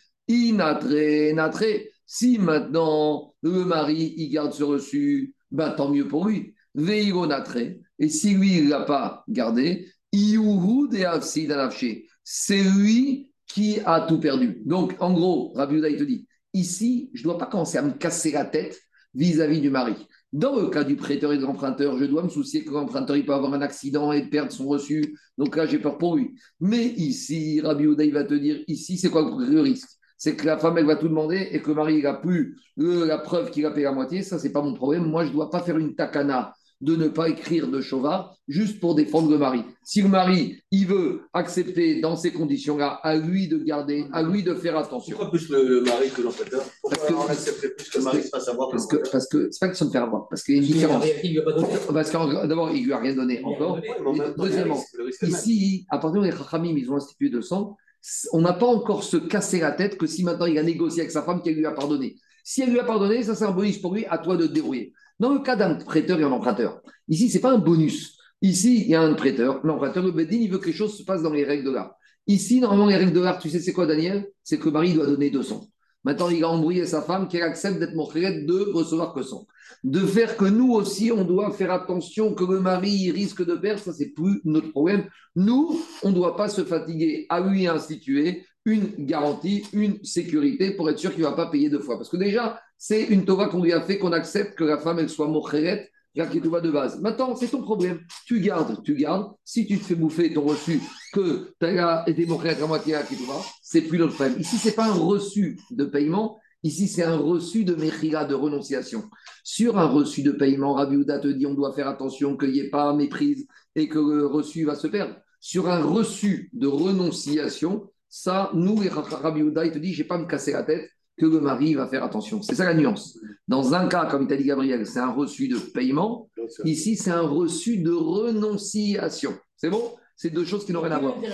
Inatré, natré. Si maintenant le mari, il garde ce reçu, ben, tant mieux pour lui. Veiro natré. Et si lui, il ne l'a pas gardé, iuhu de afsi danafché. C'est lui qui a tout perdu. Donc, en gros, Rabbi Yehuda, il te dit, ici, je ne dois pas commencer à me casser la tête vis-à-vis du mari. Dans le cas du prêteur et de l'emprunteur, je dois me soucier que l'emprunteur il peut avoir un accident et perdre son reçu. Donc là, j'ai peur pour lui. Mais ici, Rabbi Yehuda, il va te dire, ici, c'est quoi le risque? C'est que la femme, elle va tout demander et que le mari, il n'a plus le- la preuve qu'il a payé la moitié. Ça, c'est pas mon problème. Moi, je ne dois pas faire une takana de ne pas écrire de Shova juste pour défendre le mari. Si le mari, il veut accepter dans ces conditions-là, à lui de garder, à lui de faire attention. Pourquoi plus le, le mari que l'emprunteur? Pourquoi Parce que- on accepterait plus que le mari se fasse avoir que Parce que, l'emprunteur? parce que c'est pas question de faire avoir, parce qu'il y a une différence. Il lui a pas donné. Parce que d'abord, il lui a rien donné encore. Ouais, mais en même temps, Deuxièmement, le risque- le risque est le même. ici, à partir des Chachamim, ils ont institué deux cents, on n'a pas encore se casser la tête que si maintenant il a négocié avec sa femme, qu'elle lui a pardonné. Si elle lui a pardonné, ça c'est un bonus pour lui, à toi de te débrouiller. Dans le cas d'un prêteur et un emprunteur, ici, ce n'est pas un bonus. Ici, il y a un prêteur, l'emprunteur, le Bedin, il veut que les choses se passent dans les règles de l'art. Ici, normalement, les règles de l'art, tu sais, c'est quoi, Daniel? C'est que le mari doit donner deux cents. Maintenant, il a embrouillé sa femme qu'elle accepte d'être morcherette de recevoir que cent. De faire que nous aussi, on doit faire attention que le mari il risque de perdre, ça, c'est plus notre problème. Nous, on ne doit pas se fatiguer à lui instituer une garantie, une sécurité pour être sûr qu'il ne va pas payer deux fois. Parce que déjà, c'est une tova qu'on lui a fait, qu'on accepte que la femme, elle soit morcherette, la ketouba de base. Maintenant, c'est ton problème. Tu gardes, tu gardes. Si tu te fais bouffer ton reçu, que tu as été morcherette à moitié à la ketouba, c'est plus notre problème. Ici, ce n'est pas un reçu de paiement. Ici, c'est un reçu de mechira, de renonciation. Sur un reçu de paiement, Rabbi Yehuda te dit on doit faire attention qu'il n'y ait pas méprise et que le reçu va se perdre. Sur un reçu de renonciation, ça, nous, les Rabbi Yehuda, il te dit je n'ai pas à me casser la tête que le mari va faire attention. C'est ça la nuance. Dans un cas, comme il t'a dit Gabriel, c'est un reçu de paiement. Ici, c'est un reçu de renonciation. C'est bon? C'est deux choses qui n'ont rien à voir.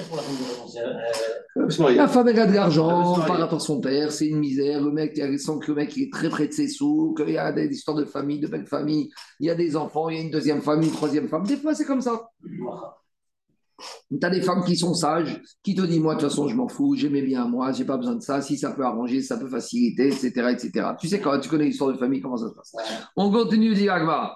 La femme, elle a de l'argent par rapport à son père, c'est une misère. Le mec, il sent que le mec il est très près de ses sous, qu'il y a des histoires de famille, de belles familles, il y a des enfants, il y a une deuxième femme, une troisième femme. Des fois, c'est comme ça. Tu as des femmes qui sont sages, qui te disent, moi, de toute façon, je m'en fous, j'aimais bien moi, j'ai pas besoin de ça, si ça peut arranger, ça peut faciliter, et cetera, et cetera. Tu sais, quand tu connais l'histoire de famille, comment ça se passe. On continue, dit Agmara.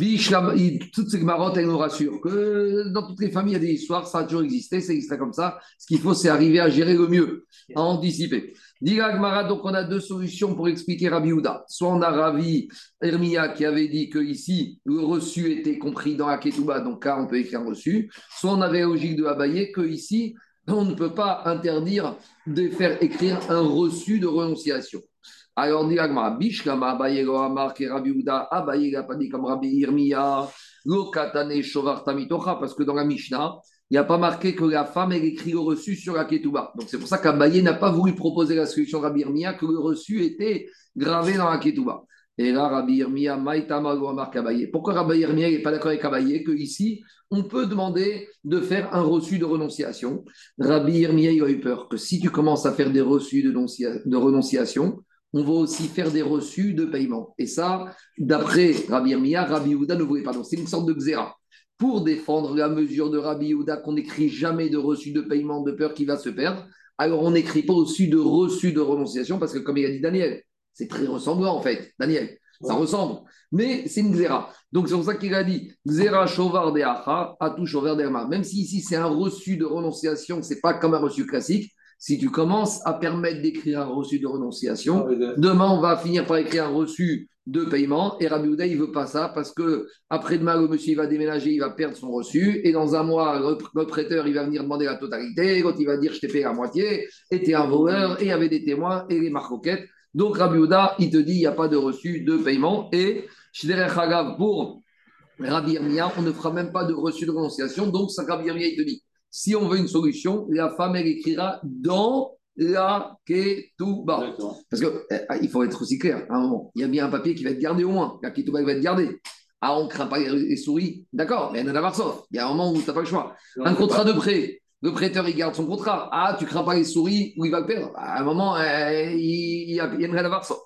Toutes ces marottes, elles nous rassurent que dans toutes les familles, il y a des histoires, ça a toujours existé, ça existera comme ça. Ce qu'il faut, c'est arriver à gérer le mieux, à anticiper. Dit Agmara, donc on a deux solutions pour expliquer Rabbi Yehuda. Soit on a Rabbi Hermia qui avait dit que ici le reçu était compris dans la Ketouba, donc là on peut écrire reçu. Soit on avait la logique de Abaye que ici on ne peut pas interdire de faire écrire un reçu de renonciation. Alors dit Agmara, Bishlama Abaye lo amar que Rabbi Yehuda, Abaye n'a pas dit comme Rabbi Hermia, lo katane shovar tamitocha, parce que dans la Mishnah il n'y a pas marqué que la femme, elle écrit le reçu sur la ketouba. Donc c'est pour ça qu'Abaye n'a pas voulu proposer la solution Rabbi Irmia, que le reçu était gravé dans la ketouba. Et là, Rabbi Irmia, Maïtama, marque Abaye. Pourquoi Rabbi Irmia n'est pas d'accord avec Abaye que ici, on peut demander de faire un reçu de renonciation. Rabbi Irmia, il a eu peur que si tu commences à faire des reçus de, de renonciation, on va aussi faire des reçus de paiement. Et ça, d'après Rabbi Irmia, Rabbi Yehuda ne voulait pas. Donc c'est une sorte de xéra. Pour défendre la mesure de Rabbi Yehuda qu'on n'écrit jamais de reçu de paiement de peur qu'il va se perdre, alors on n'écrit pas aussi de reçu de renonciation parce que comme il a dit Daniel, c'est très ressemblant en fait, Daniel, ça ouais. ressemble, mais c'est une xéra. Donc c'est pour ça qu'il a dit xéra shovar de acha, atu shovar de ama. Même si ici c'est un reçu de renonciation, c'est pas comme un reçu classique. Si tu commences à permettre d'écrire un reçu de renonciation, demain on va finir par écrire un reçu de paiement, et Rabbi Yehuda, il ne veut pas ça, parce que après-demain, le monsieur, il va déménager, il va perdre son reçu, et dans un mois, le, le prêteur, il va venir demander la totalité, quand il va dire, je t'ai payé la moitié, et t'es un voleur, et il y avait des témoins, et les marcoquettes. Donc, Rabbi Yehuda, il te dit, il n'y a pas de reçu de paiement, et Shderech Hagav, pour Rabbi Yirmiyah, on ne fera même pas de reçu de renonciation, donc, ça, Rabbi Yirmiyah, il te dit, si on veut une solution, la femme, elle écrira dans la ketouba. Parce qu'il euh, faut être aussi clair, à un moment, il y a bien un papier qui va être gardé au moins. La ketouba va être gardée. Ah, on ne craint pas les, les souris. D'accord, mais il y en a sauf. Il y a un moment où tu n'as pas le choix. Un contrat de prêt, le prêteur, il garde son contrat. Ah, tu ne crains pas les souris où il va le perdre. À un moment, euh, il, il, y a, il y a une sauf.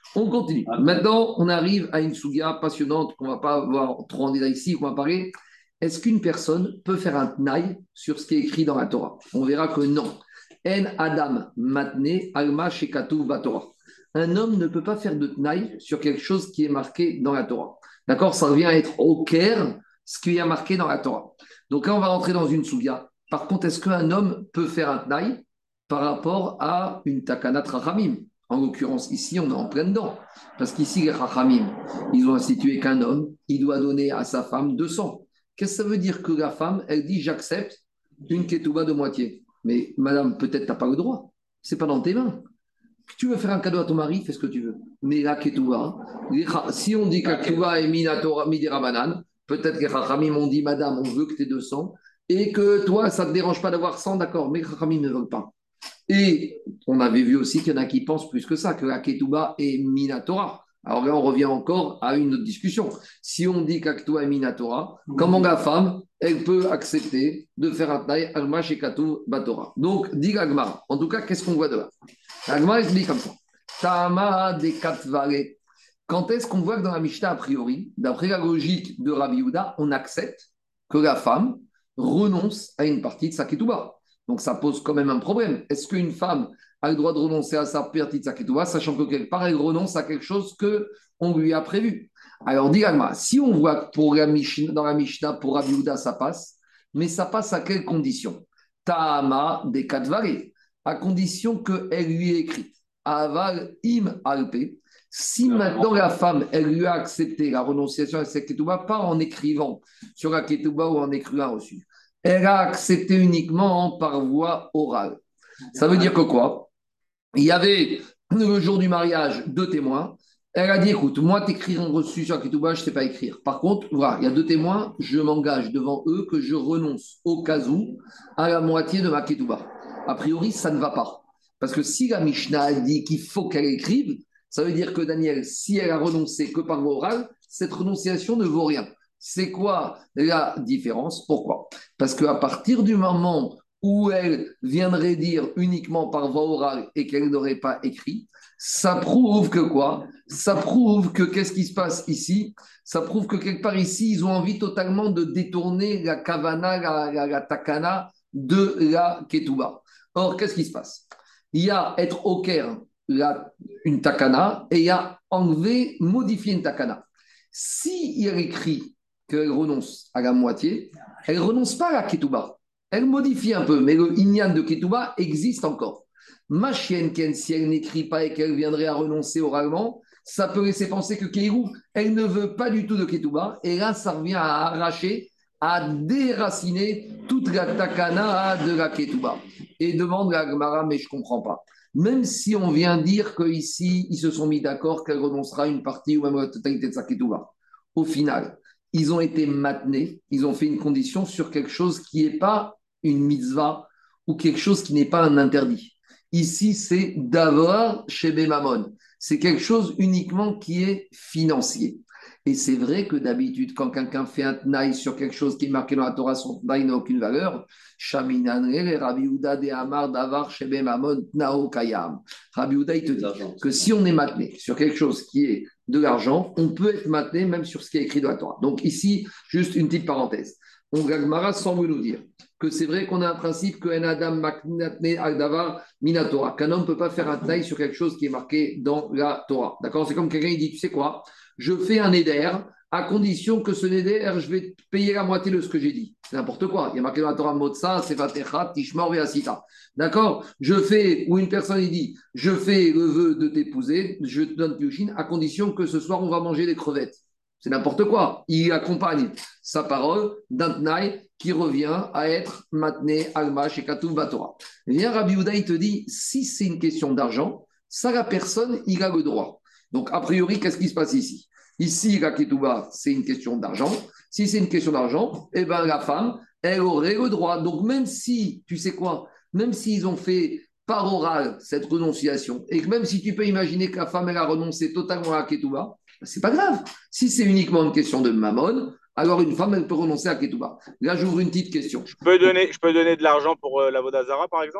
On continue. Maintenant, on arrive à une souga passionnante qu'on ne va pas voir trop en détail ici, qu'on va parler. Est-ce qu'une personne peut faire un tnaï sur ce qui est écrit dans la Torah? On verra que non. En Adam matne alma shekatuv batorah. Un homme ne peut pas faire de tnaï sur quelque chose qui est marqué dans la Torah. D'accord? Ça revient à être au Caire, ce qui est marqué dans la Torah. Donc là, on va rentrer dans une souga. Par contre, est-ce qu'un homme peut faire un tnaï par rapport à une takanat rachamim? En l'occurrence, ici, on est en plein dedans. Parce qu'ici, les rachamim, ils ont institué qu'un homme, il doit donner à sa femme deux cents. Qu'est-ce que ça veut dire que la femme, elle dit j'accepte une ketouba de moitié? Mais madame, peut-être tu n'as pas le droit. C'est pas dans tes mains. Tu veux faire un cadeau à ton mari, fais ce que tu veux. Mais la ketouba, si on dit que la ketouba est minatora midera banane, peut-être que les rachamim ont dit madame, on veut que tu aies deux cents et que toi, ça ne te dérange pas d'avoir cent, d'accord, mais les rachamim ne veulent pas. Et on avait vu aussi qu'il y en a qui pensent plus que ça, que la ketouba est minatora. Alors là, on revient encore à une autre discussion. Si on dit qu'Aktua est Minatora, comment la femme, elle peut accepter de faire un taille Alma Shekatu Batora? Donc, dit l'Agmara. En tout cas, qu'est-ce qu'on voit de là? L'Agmara, il dit comme ça. Tama de Katvare. Quand est-ce qu'on voit que dans la Mishnah, a priori, d'après la logique de Rabbi Yehuda, on accepte que la femme renonce à une partie de sa ketouba? Donc, ça pose quand même un problème. Est-ce qu'une femme a le droit de renoncer à sa partie de sa ketouba, sachant que quelque part, elle renonce à quelque chose qu'on lui a prévu? Alors, dis moi si on voit que pour la Mishnah, dans la Mishnah, pour Rabbi Yehuda, ça passe, mais ça passe à quelles conditions? Ta'ama de Katvare, à condition qu'elle lui ait écrit Aval im alpe. Si maintenant la femme, elle lui a accepté la renonciation à sa ketouba, pas en écrivant sur la ketouba ou en écrivant reçu, elle a accepté uniquement par voie orale. Ça veut dire que quoi? Il y avait le jour du mariage deux témoins. Elle a dit écoute, moi, t'écrire un reçu sur la ketouba, je ne sais pas écrire. Par contre, voilà, il y a deux témoins, je m'engage devant eux que je renonce au cas où à la moitié de ma ketouba. A priori, ça ne va pas. Parce que si la Mishnah a dit qu'il faut qu'elle écrive, ça veut dire que Daniel, si elle a renoncé que par voie orale, cette renonciation ne vaut rien. C'est quoi la différence? Pourquoi? Parce qu'à partir du moment où elle viendrait dire uniquement par voie orale et qu'elle n'aurait pas écrit, ça prouve que quoi? Ça prouve que qu'est-ce qui se passe ici? Ça prouve que quelque part ici, ils ont envie totalement de détourner la kavana, la, la, la takana de la ketouba. Or, qu'est-ce qui se passe? Il y a être au Caire, la, une takana, et il y a enlever, modifier une takana. Si il écrit qu'elle renonce à la moitié, elle ne renonce pas à la ketouba. Elle modifie un peu, mais le Inyan de Ketouba existe encore. Ma chienne, si elle n'écrit pas et qu'elle viendrait à renoncer oralement, ça peut laisser penser que Kéhou, elle ne veut pas du tout de Ketouba. Et là, ça revient à arracher, à déraciner toute la takana de la Ketouba. Et demande à Gemara, mais je ne comprends pas. Même si on vient dire qu'ici, ils se sont mis d'accord qu'elle renoncera à une partie ou même à la totalité de sa Ketouba. Au final, ils ont été maintenus, ils ont fait une condition sur quelque chose qui n'est pas une mitzvah ou quelque chose qui n'est pas un interdit. Ici, c'est d'avoir chez Bémamon. C'est quelque chose uniquement qui est financier. Et c'est vrai que d'habitude, quand quelqu'un fait un tnaï sur quelque chose qui est marqué dans la Torah, son tnaï n'a aucune valeur. Shaminanre, Rabbi Yehuda de Amar Davar chez Bémamon Nao Kayam. Rabbi Yehuda, il te dit que si on est maintenu sur quelque chose qui est de l'argent, on peut être maintenu même sur ce qui est écrit dans la Torah. Donc ici, juste une petite parenthèse. On Gagmara semble nous dire que c'est vrai qu'on a un principe que un Adam Maknatne Agdavar Minatora, qu'un homme ne peut pas faire un taille sur quelque chose qui est marqué dans la Torah. D'accord? C'est comme quelqu'un qui dit, tu sais quoi? Je fais un éder à condition que ce éder, je vais payer la moitié de ce que j'ai dit. C'est n'importe quoi. Il y a marqué dans la Torah Motsa, Sefatechat, Tishmor, Veasita. D'accord? Je fais, ou une personne il dit, je fais le vœu de t'épouser, je te donne Piushin, à condition que ce soir on va manger des crevettes. C'est n'importe quoi. Il accompagne sa parole d'un tnaï qui revient à être matné, alma, chez Katouf, Batora. Viens Rabbi Yehuda, il te dit, si c'est une question d'argent, ça, la personne, il a le droit. Donc, a priori, qu'est-ce qui se passe ici? Ici, la ketouba, c'est une question d'argent. Si c'est une question d'argent, eh ben, la femme, elle aurait le droit. Donc, même si, tu sais quoi, même s'ils ont fait par oral cette renonciation, et que même si tu peux imaginer que la femme, elle a renoncé totalement à la ketouba, c'est pas grave. Si c'est uniquement une question de mammon, alors une femme, elle peut renoncer à ketouba. Là, j'ouvre une petite question. Je peux donner, je peux donner de l'argent pour euh, la Vodazara, par exemple?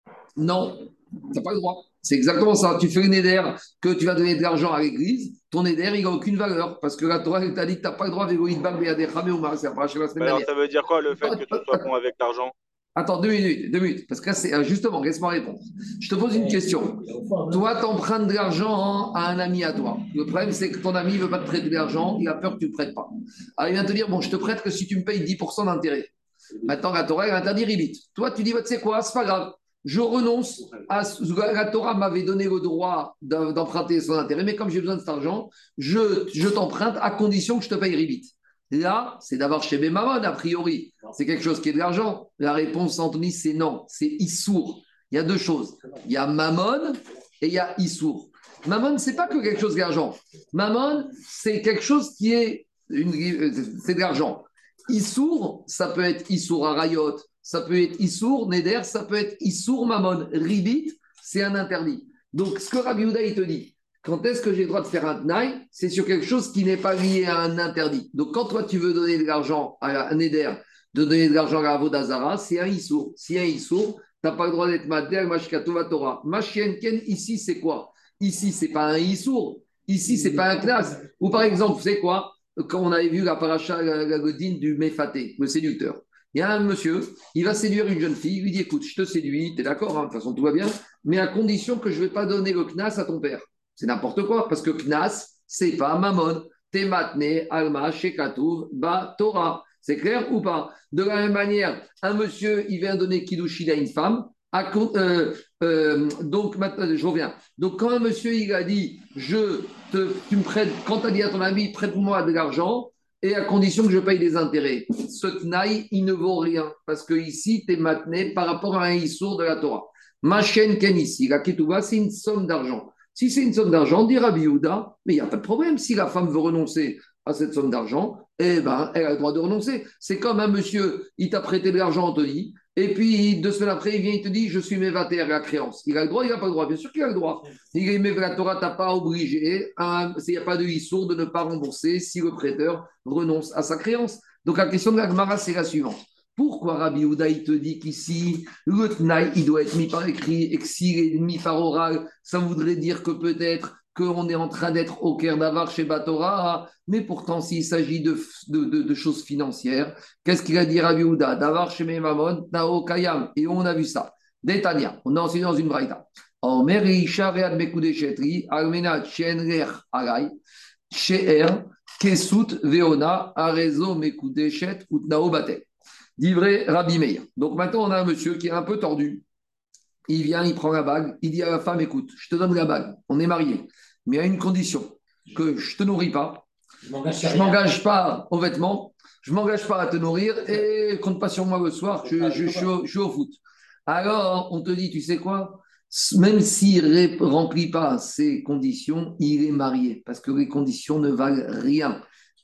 Non, tu n'as pas le droit. C'est exactement ça. Tu fais une éder que tu vas donner de l'argent à l'église, ton éder, il n'a aucune valeur. Parce que la Torah, elle t'a dit que tu n'as pas le droit d'égoïste bag, mais il y a des ramés ou c'est la paracha de la semaine Mais alors, dernière. ça veut dire quoi le fait que tu sois bon avec l'argent? Attends, deux minutes, deux minutes. Parce que là, c'est euh, justement, laisse-moi répondre. Je te pose une question. Toi, tu empruntes de l'argent à un ami à toi. Le problème, c'est que ton ami ne veut pas te prêter de l'argent, il a peur que tu ne le prêtes pas. Alors, il vient te dire, bon, je te prête que si tu me payes dix pour cent d'intérêt. Maintenant, la Torah, elle interdit ribit. Toi, tu dis, bah, tu sais quoi, c'est pas grave. Je renonce à. La Torah m'avait donné le droit d'emprunter son intérêt, mais comme j'ai besoin de cet argent, je, je t'emprunte à condition que je te paye ribit. Là, c'est d'avoir chez Mamon, a priori. C'est quelque chose qui est de l'argent. La réponse, Anthony, c'est non. C'est Issour. Il y a deux choses. Il y a Mammon et il y a Issour. Mammon, c'est pas que quelque chose d'argent. Mammon, c'est quelque chose qui est. Une, c'est de l'argent. Issour, ça peut être Issour Arayot, ça peut être Issour Neder, ça peut être Issour Mammon. Ribit, c'est un interdit. Donc, ce que Rabbi Houda, il te dit, quand est-ce que j'ai le droit de faire un tnaï? C'est sur quelque chose qui n'est pas lié à un interdit. Donc, quand toi, tu veux donner de l'argent à un éder, de donner de l'argent à la Vodazara, c'est un issour. Si un issour, tu n'as pas le droit d'être mater, mashkatova Torah. Mashienken, ici, c'est quoi? Ici, c'est pas un issour. Ici, c'est pas un classe. Ou par exemple, vous savez quoi? Quand on avait vu la paracha, la, la godine du Mefaté, le séducteur. Il y a un monsieur, il va séduire une jeune fille, il lui dit, écoute, je te séduis, tu es d'accord, hein, de toute façon, tout va bien, mais à condition que je ne vais pas donner le knas à ton père. C'est n'importe quoi, parce que Knas, c'est pas Mammon. Tematne, Alma, Shekatouv, Ba, Torah. C'est clair ou pas? De la même manière, un monsieur, il vient donner Kiddushin à une femme. À, euh, euh, donc, maintenant, je reviens. Donc, quand un monsieur, il a dit, je te, tu me prêtes, quand tu as dit à ton ami, prête-moi de l'argent, et à condition que je paye des intérêts. Ce Tnaï, il ne vaut rien, parce que ici, tu es maintenu par rapport à un Issour de la Torah. Ma chaîne Ken ici, la Ketouba, c'est une somme d'argent. Si c'est une somme d'argent, dit Rabbi Yehuda, mais il n'y a pas de problème. Si la femme veut renoncer à cette somme d'argent, eh ben, elle a le droit de renoncer. C'est comme un monsieur, il t'a prêté de l'argent, Anthony, et puis deux semaines après, il vient, il te dit, je suis mévater à la créance. Il a le droit, il n'a pas le droit. Bien sûr qu'il a le droit. Il est mais la Torah t'a pas obligé, il n'y a pas de issour de ne pas rembourser si le prêteur renonce à sa créance. Donc la question de la Gemara, c'est la suivante. Pourquoi Rabbi Houda, il te dit qu'ici, le Tnaï, il doit être mis par écrit et que s'il est mis par oral, ça voudrait dire que peut-être qu'on est en train d'être au cœur d'Avar chez Batora, mais pourtant, s'il s'agit de, de, de, de choses financières, qu'est-ce qu'il a dit Rabbi Houda? D'Avar chez Memamon, Nao Kayam. Et on a vu ça. Détania, on a enseigné dans une braïta. En mer et Isha, Read Mekoude Chetri, Almenat, Shenrer, Alay, Sheher, Kesut, Veona, Arezo, Mekoude Chet, Utnao Bate. Divré Rabbi Meir. Donc maintenant, on a un monsieur qui est un peu tordu. Il vient, il prend la bague, il dit à la femme, écoute, je te donne la bague, on est mariés, mais à une condition, que je ne te nourris pas, je ne m'engage pas aux vêtements, je ne m'engage pas à te nourrir et compte pas sur moi le soir, je, je, je, je, je suis au foot. Alors, on te dit, tu sais quoi? Même s'il ne remplit pas ces conditions, il est marié, parce que les conditions ne valent rien.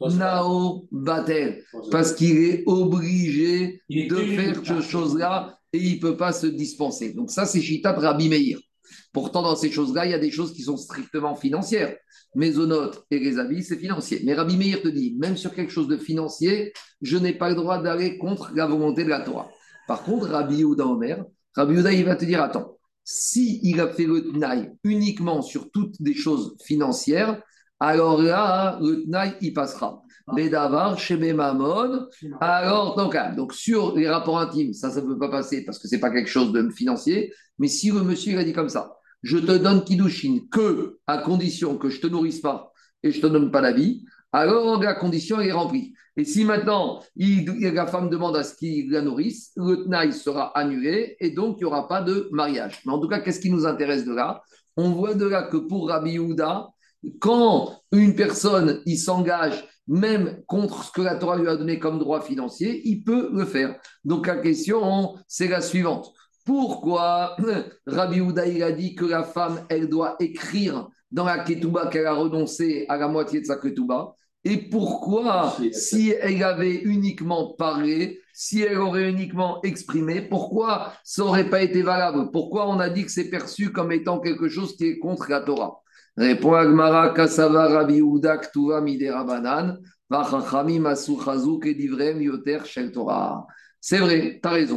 Nao Batel, parce qu'il est obligé de faire cette chose-là et il ne peut pas se dispenser. Donc ça, c'est Chita de Rabbi Meir. Pourtant, dans ces choses-là, il y a des choses qui sont strictement financières. Mésonotes et les habits, c'est financier. Mais Rabbi Meir te dit, même sur quelque chose de financier, je n'ai pas le droit d'aller contre la volonté de la Torah. Par contre, Rabbi Yehuda Omer, Rabbi Yehuda, il va te dire, attends, s'il a fait le Tnaï uniquement sur toutes des choses financières, alors là, le Tnaï, il passera. Bédavar, chez Mamon, alors, donc, donc sur les rapports intimes, ça, ça ne peut pas passer parce que ce n'est pas quelque chose de financier. Mais si le monsieur il a dit comme ça, je te donne Kiddushin que à condition que je ne te nourrisse pas et je ne te donne pas la vie, alors la condition est remplie. Et si maintenant il, la femme demande à ce qu'il la nourrisse, le Tnaï sera annulé et donc il n'y aura pas de mariage. Mais en tout cas, qu'est-ce qui nous intéresse de là? On voit de là que pour Rabbi Yehuda, quand une personne il s'engage même contre ce que la Torah lui a donné comme droit financier, il peut le faire. Donc la question, c'est la suivante. Pourquoi Rabbi Houda il a dit que la femme, elle doit écrire dans la ketouba qu'elle a renoncé à la moitié de sa ketouba? Et pourquoi, si elle avait uniquement parlé, si elle aurait uniquement exprimé, pourquoi ça n'aurait pas été valable? Pourquoi on a dit que c'est perçu comme étant quelque chose qui est contre la Torah? Répond Agmara, Kasava Rabbi Yehuda Ktuva Midera Banan, Vachachami Masu Chazuk et Divrem Yoter Shel Torah. C'est vrai, tu as raison.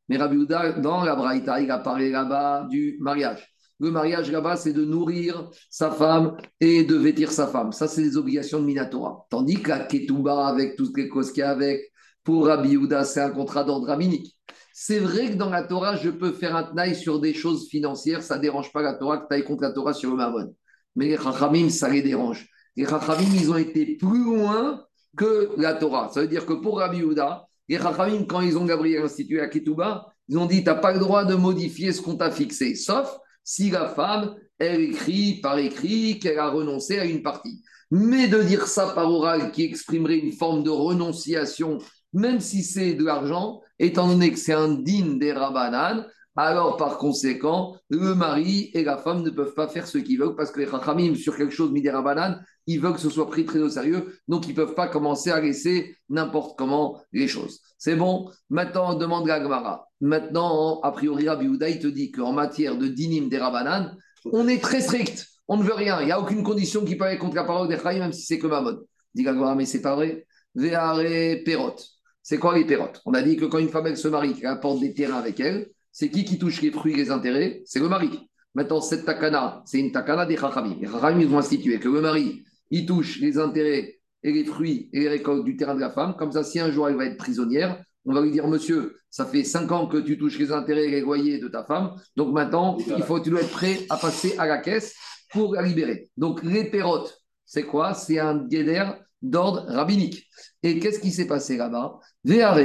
Mais Rabbi Houda, dans la Braïta, il a parlé là-bas du mariage. Le mariage là-bas, c'est de nourrir sa femme et de vêtir sa femme. Ça, c'est les obligations de Minatora. Tandis que la Ketouba, avec toutes les causes qu'il y a avec, pour Rabbi Houda, c'est un contrat d'ordre rabbinique. C'est vrai que dans la Torah, je peux faire un tnaï sur des choses financières, ça ne dérange pas la Torah que tu ailles contre la Torah sur le Mammon. Mais les Chachamim, ça les dérange. Les Chachamim, ils ont été plus loin que la Torah. Ça veut dire que pour Rabbi Houda, les Chachamim, quand ils ont Gabriel institué à Ketouba, ils ont dit, tu n'as pas le droit de modifier ce qu'on t'a fixé, sauf si la femme, elle écrit par écrit qu'elle a renoncé à une partie. Mais de dire ça par oral qui exprimerait une forme de renonciation, même si c'est de l'argent, étant donné que c'est un din des Rabbanan, alors par conséquent, le mari et la femme ne peuvent pas faire ce qu'ils veulent parce que les Chachamim, sur quelque chose mis des Rabbanan, ils veulent que ce soit pris très au sérieux, donc ils ne peuvent pas commencer à laisser n'importe comment les choses. C'est bon. Maintenant, on demande la Gemara. Maintenant, a priori, Rabbi Houda, il te dit qu'en matière de dinim des Rabbanan, on est très strict. On ne veut rien. Il n'y a aucune condition qui peut aller contre la parole des Chachamim, même si c'est que Mammon. Dit la Gemara, mais c'est pas vrai. Véare Perot. C'est quoi les pérotes? On a dit que quand une femme elle se marie, qu'elle apporte des terrains avec elle, c'est qui qui touche les fruits et les intérêts? C'est le mari. Maintenant, cette takana, c'est une takana des Chachamim. Les Chachamim, ils ont institué que le mari, il touche les intérêts et les fruits et les récoltes du terrain de la femme. Comme ça, si un jour elle va être prisonnière, on va lui dire, monsieur, ça fait cinq ans que tu touches les intérêts et les loyers de ta femme, donc maintenant, il faut, tu dois être prêt à passer à la caisse pour la libérer. Donc, les pérotes, c'est quoi? C'est un guéder d'ordre rabbinique. Et qu'est-ce qui s'est passé là-bas? Et on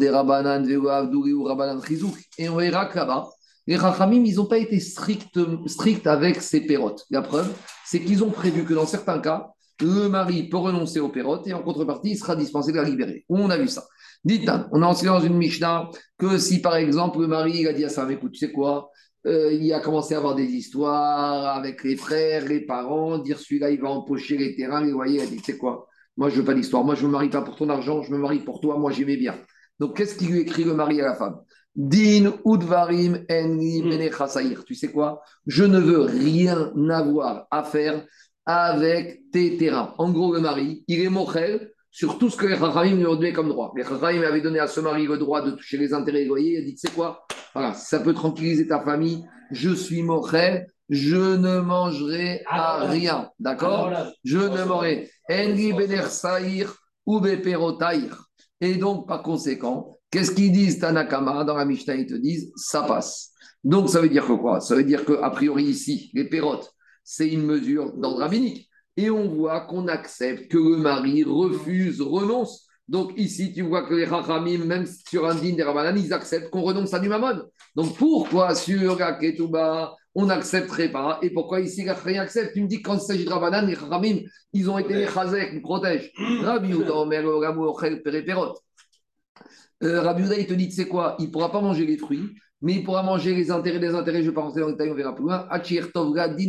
verra que là-bas, les Chachamim, ils n'ont pas été stricts strict avec ces pérotes. La preuve, c'est qu'ils ont prévu que dans certains cas, le mari peut renoncer aux pérotes et en contrepartie, il sera dispensé de la libérer. Où on a vu ça? Dites, on a enseigné dans une Mishnah que si par exemple le mari il a dit à sa femme, écoute, tu sais quoi, euh, il a commencé à avoir des histoires avec les frères, les parents, dire celui-là il va empocher les terrains, les loyers, il a dit, tu sais quoi, moi je veux pas d'histoire, moi je me marie pas pour ton argent, je me marie pour toi, moi j'aimais bien. Donc qu'est-ce qu'il lui écrit le mari à la femme? Din udvarim enli menechasayir. Tu sais quoi? Je ne veux rien avoir à faire avec tes terrains. En gros, le mari, il est mochel sur tout ce que les Chachamim lui ont donné comme droit. Les Chachamim avaient donné à ce mari le droit de toucher les intérêts et les loyers. Il a dit, tu sais quoi? Voilà, si ça peut tranquilliser ta famille, je suis mochel, je ne mangerai à rien. D'accord? Je ne mangerai. Enli benersaïr ou beperotaïr. Et donc, par conséquent, qu'est-ce qu'ils disent Tanakama dans la Mishnah? Ils te disent, ça passe. Donc, ça veut dire que quoi? Ça veut dire qu'a priori, ici, les pérotes, c'est une mesure d'ordre rabbinique. Et on voit qu'on accepte que le mari refuse, renonce. Donc, ici, tu vois que les Chachamim, même sur un din des Rabbanan, ils acceptent qu'on renonce à du mammon. Donc, pourquoi sur la Ketouba, on n'accepterait pas? Et pourquoi ici, les Chachamim acceptent? Tu me dis que quand il s'agit de Rabbanan, les Chachamim, ils ont été les Chazek, ils protègent. Rabbi Houda, Omer, Ramu, Ochel, Perot. Euh, Rabbi Houda, il te dit, tu sais quoi, il ne pourra pas manger les fruits, mais il pourra manger les intérêts des intérêts. Je ne vais pas rentrer dans le détail, on verra plus loin. Rabbi Houda, il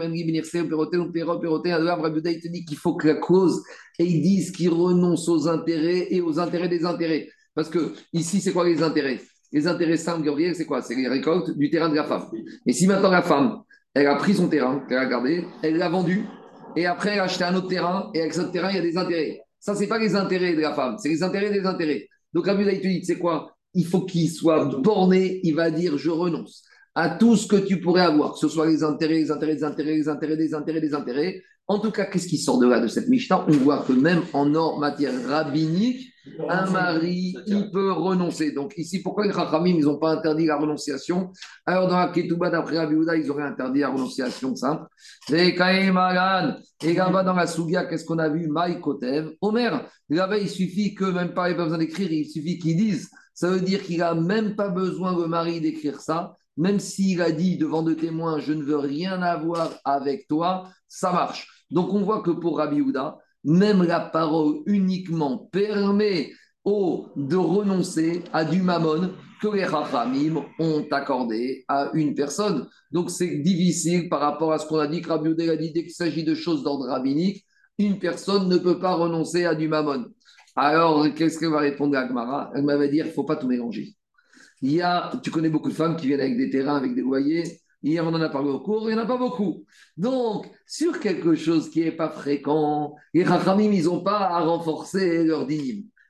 te dit qu'il faut que la cause, et ils disent qu'ils renoncent aux intérêts et aux intérêts des intérêts. Parce que ici, c'est quoi les intérêts? Les intérêts simples, Gabriel, c'est quoi? C'est les récoltes du terrain de la femme. Et si maintenant la femme, elle a pris son terrain, qu'elle a gardé, elle l'a vendu, et après elle a acheté un autre terrain, et avec ce terrain, il y a des intérêts. Ça, ce n'est pas les intérêts de la femme, c'est les intérêts des intérêts. Donc, Rabbi Houda, il te dit, c'est quoi? Il faut qu'il soit borné, il va dire, je renonce à tout ce que tu pourrais avoir, que ce soit les intérêts, les intérêts, des intérêts, les intérêts, des intérêts, des intérêts. En tout cas, qu'est-ce qui sort de là, de cette Mishnah? On voit que même en or, matière rabbinique, un mari, il peut renoncer. Donc ici, pourquoi les Chachamim, ils n'ont pas interdit la renonciation? Alors dans la Ketouba, d'après Rabbi Houda, ils auraient interdit la renonciation simple. Et là-bas, dans la Sougia, qu'est-ce qu'on a vu? Maï Kotev. Omer, là-bas, il suffit que, même pas, il n'y a pas besoin d'écrire, il suffit qu'ils disent. Ça veut dire qu'il n'a même pas besoin, le mari, d'écrire ça. Même s'il a dit devant deux témoins, je ne veux rien avoir avec toi, ça marche. Donc on voit que pour Rabbi Houda, même la parole uniquement permet aux de renoncer à du mammon que les Chachamim ont accordé à une personne. Donc c'est difficile par rapport à ce qu'on a dit, que Rabbi Houda a dit, dès qu'il s'agit de choses d'ordre rabbinique, une personne ne peut pas renoncer à du mammon. Alors qu'est-ce qu'elle va répondre à Gemara? Elle m'avait dit, il ne faut pas tout mélanger. Il y a, tu connais beaucoup de femmes qui viennent avec des terrains, avec des loyers. Hier, on en a parlé au cours, il n'y en a pas beaucoup. Donc, sur quelque chose qui n'est pas fréquent, les Chachamim, ils n'ont pas à renforcer leur dinim.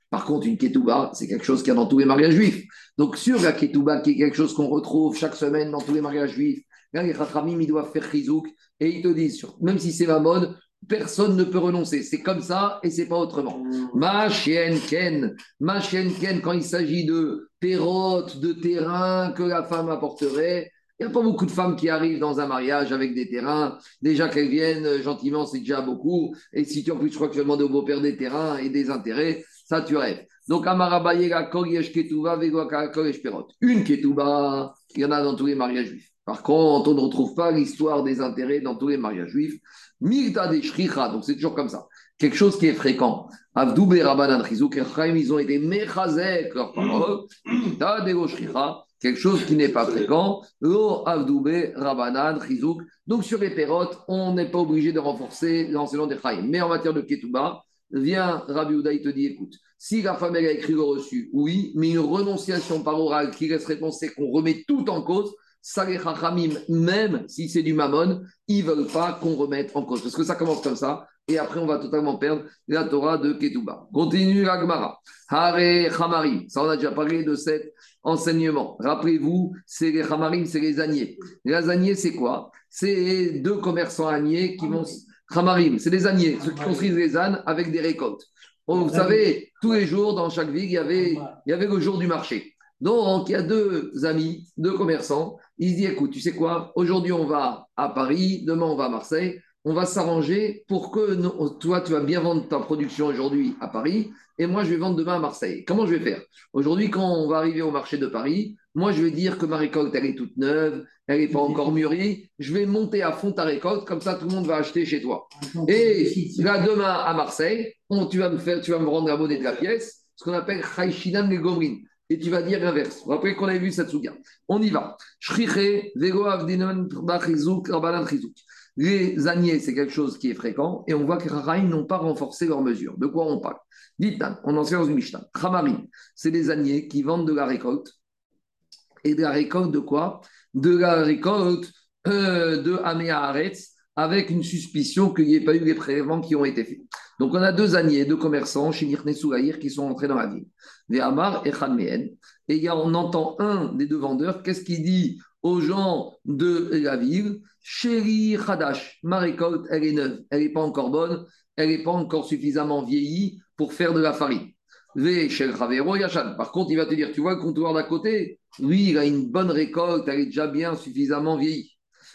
Par contre, une ketouba, c'est quelque chose qu'il y a dans tous les mariages juifs. Donc, sur la ketouba, qui est quelque chose qu'on retrouve chaque semaine dans tous les mariages juifs, là, les chachamim, ils doivent faire chizouk et ils te disent, sur- même si c'est la mode, personne ne peut renoncer. C'est comme ça et c'est pas autrement. Ma chienne Ken, ma chienne Ken, quand il s'agit de pérotes, de terrain que la femme apporterait, il n'y a pas beaucoup de femmes qui arrivent dans un mariage avec des terrains. Déjà qu'elles viennent euh, gentiment, c'est déjà beaucoup. Et si tu en plus, je crois que tu vas demander au beau-père des terrains et des intérêts, ça tu rêves. Donc, Amarabaye, la kol yesh ketouba, vego kol yesh perot. Une ketouba, il y en a dans tous les mariages juifs. Par contre, on ne retrouve pas l'histoire des intérêts dans tous les mariages juifs. Milta de shricha, donc c'est toujours comme ça. Quelque chose qui est fréquent. Avdoube Rabbanan Chizuk, ils ont été mechazek, leurs paroles. Milta de shricha, quelque chose qui n'est pas fréquent. Lo Avdoube Rabbanan Chizuk. Donc sur les pérotes, on n'est pas obligé de renforcer l'enseignement des Chaim. Mais en matière de ketouba, vient Rabbi Houda, il te dit écoute, si la femme elle a écrit le reçu, oui, mais une renonciation par oral qui reste réponse, c'est qu'on remet tout en cause. Ça, les chachamim, même si c'est du mammon, ils ne veulent pas qu'on remette en cause. Parce que ça commence comme ça, et après, on va totalement perdre la Torah de Ketouba. Continue la Gemara. Hare Chamarim. Ça, on a déjà parlé de cet enseignement. Rappelez-vous, c'est les Chamarim, c'est les âniers. Les âniers, c'est quoi? C'est deux commerçants âniers qui vont. Chamarim, c'est des âniers, ceux qui construisent les ânes avec des récoltes. Bon, vous savez, tous les jours, dans chaque ville, il y avait, il y avait le jour du marché. Donc, il y a deux amis, deux commerçants. Ils se disent, écoute, tu sais quoi, aujourd'hui, on va à Paris, demain, on va à Marseille. On va s'arranger pour que nous- toi, tu vas bien vendre ta production aujourd'hui à Paris et moi, je vais vendre demain à Marseille. Comment je vais faire? Aujourd'hui, quand on va arriver au marché de Paris, moi, je vais dire que ma récolte, elle est toute neuve, elle n'est pas encore mûrie. Je vais monter à fond ta récolte, comme ça, tout le monde va acheter chez toi. Et là, demain, à Marseille, on- tu, vas me faire, tu vas me rendre la monnaie de la pièce, ce qu'on appelle Chaïchinan les Gomrin. Et tu vas dire l'inverse. Vous rappelez qu'on avait vu cette souga. On y va. Shriche, vego avdinon, bachizuk, rabanan chizuk. Les âniers, c'est quelque chose qui est fréquent, et on voit que les Chachamim n'ont pas renforcé leurs mesures. De quoi on parle? Dites-nous, on enseigne dans une Mishnah. Chamarim, c'est des âniers qui vendent de la récolte. Et de la récolte de quoi? De la récolte euh, de Améa Haaretz, avec une suspicion qu'il n'y ait pas eu les prélèvements qui ont été faits. Donc on a deux âniers, deux commerçants, Shinir Nesougaïr, qui sont entrés dans la ville. Des Amar et Khanmehen. Et il y a- on entend un des deux vendeurs, qu'est-ce qu'il dit aux gens de la ville? Chéri Hadash, ma récolte, elle est neuve, elle n'est pas encore bonne, elle n'est pas encore suffisamment vieillie pour faire de la farine. Ve Shel Chavero Yachan. Par contre, il va te dire, tu vois le comptoir d'à côté, lui, il a une bonne récolte, elle est déjà bien suffisamment vieillie.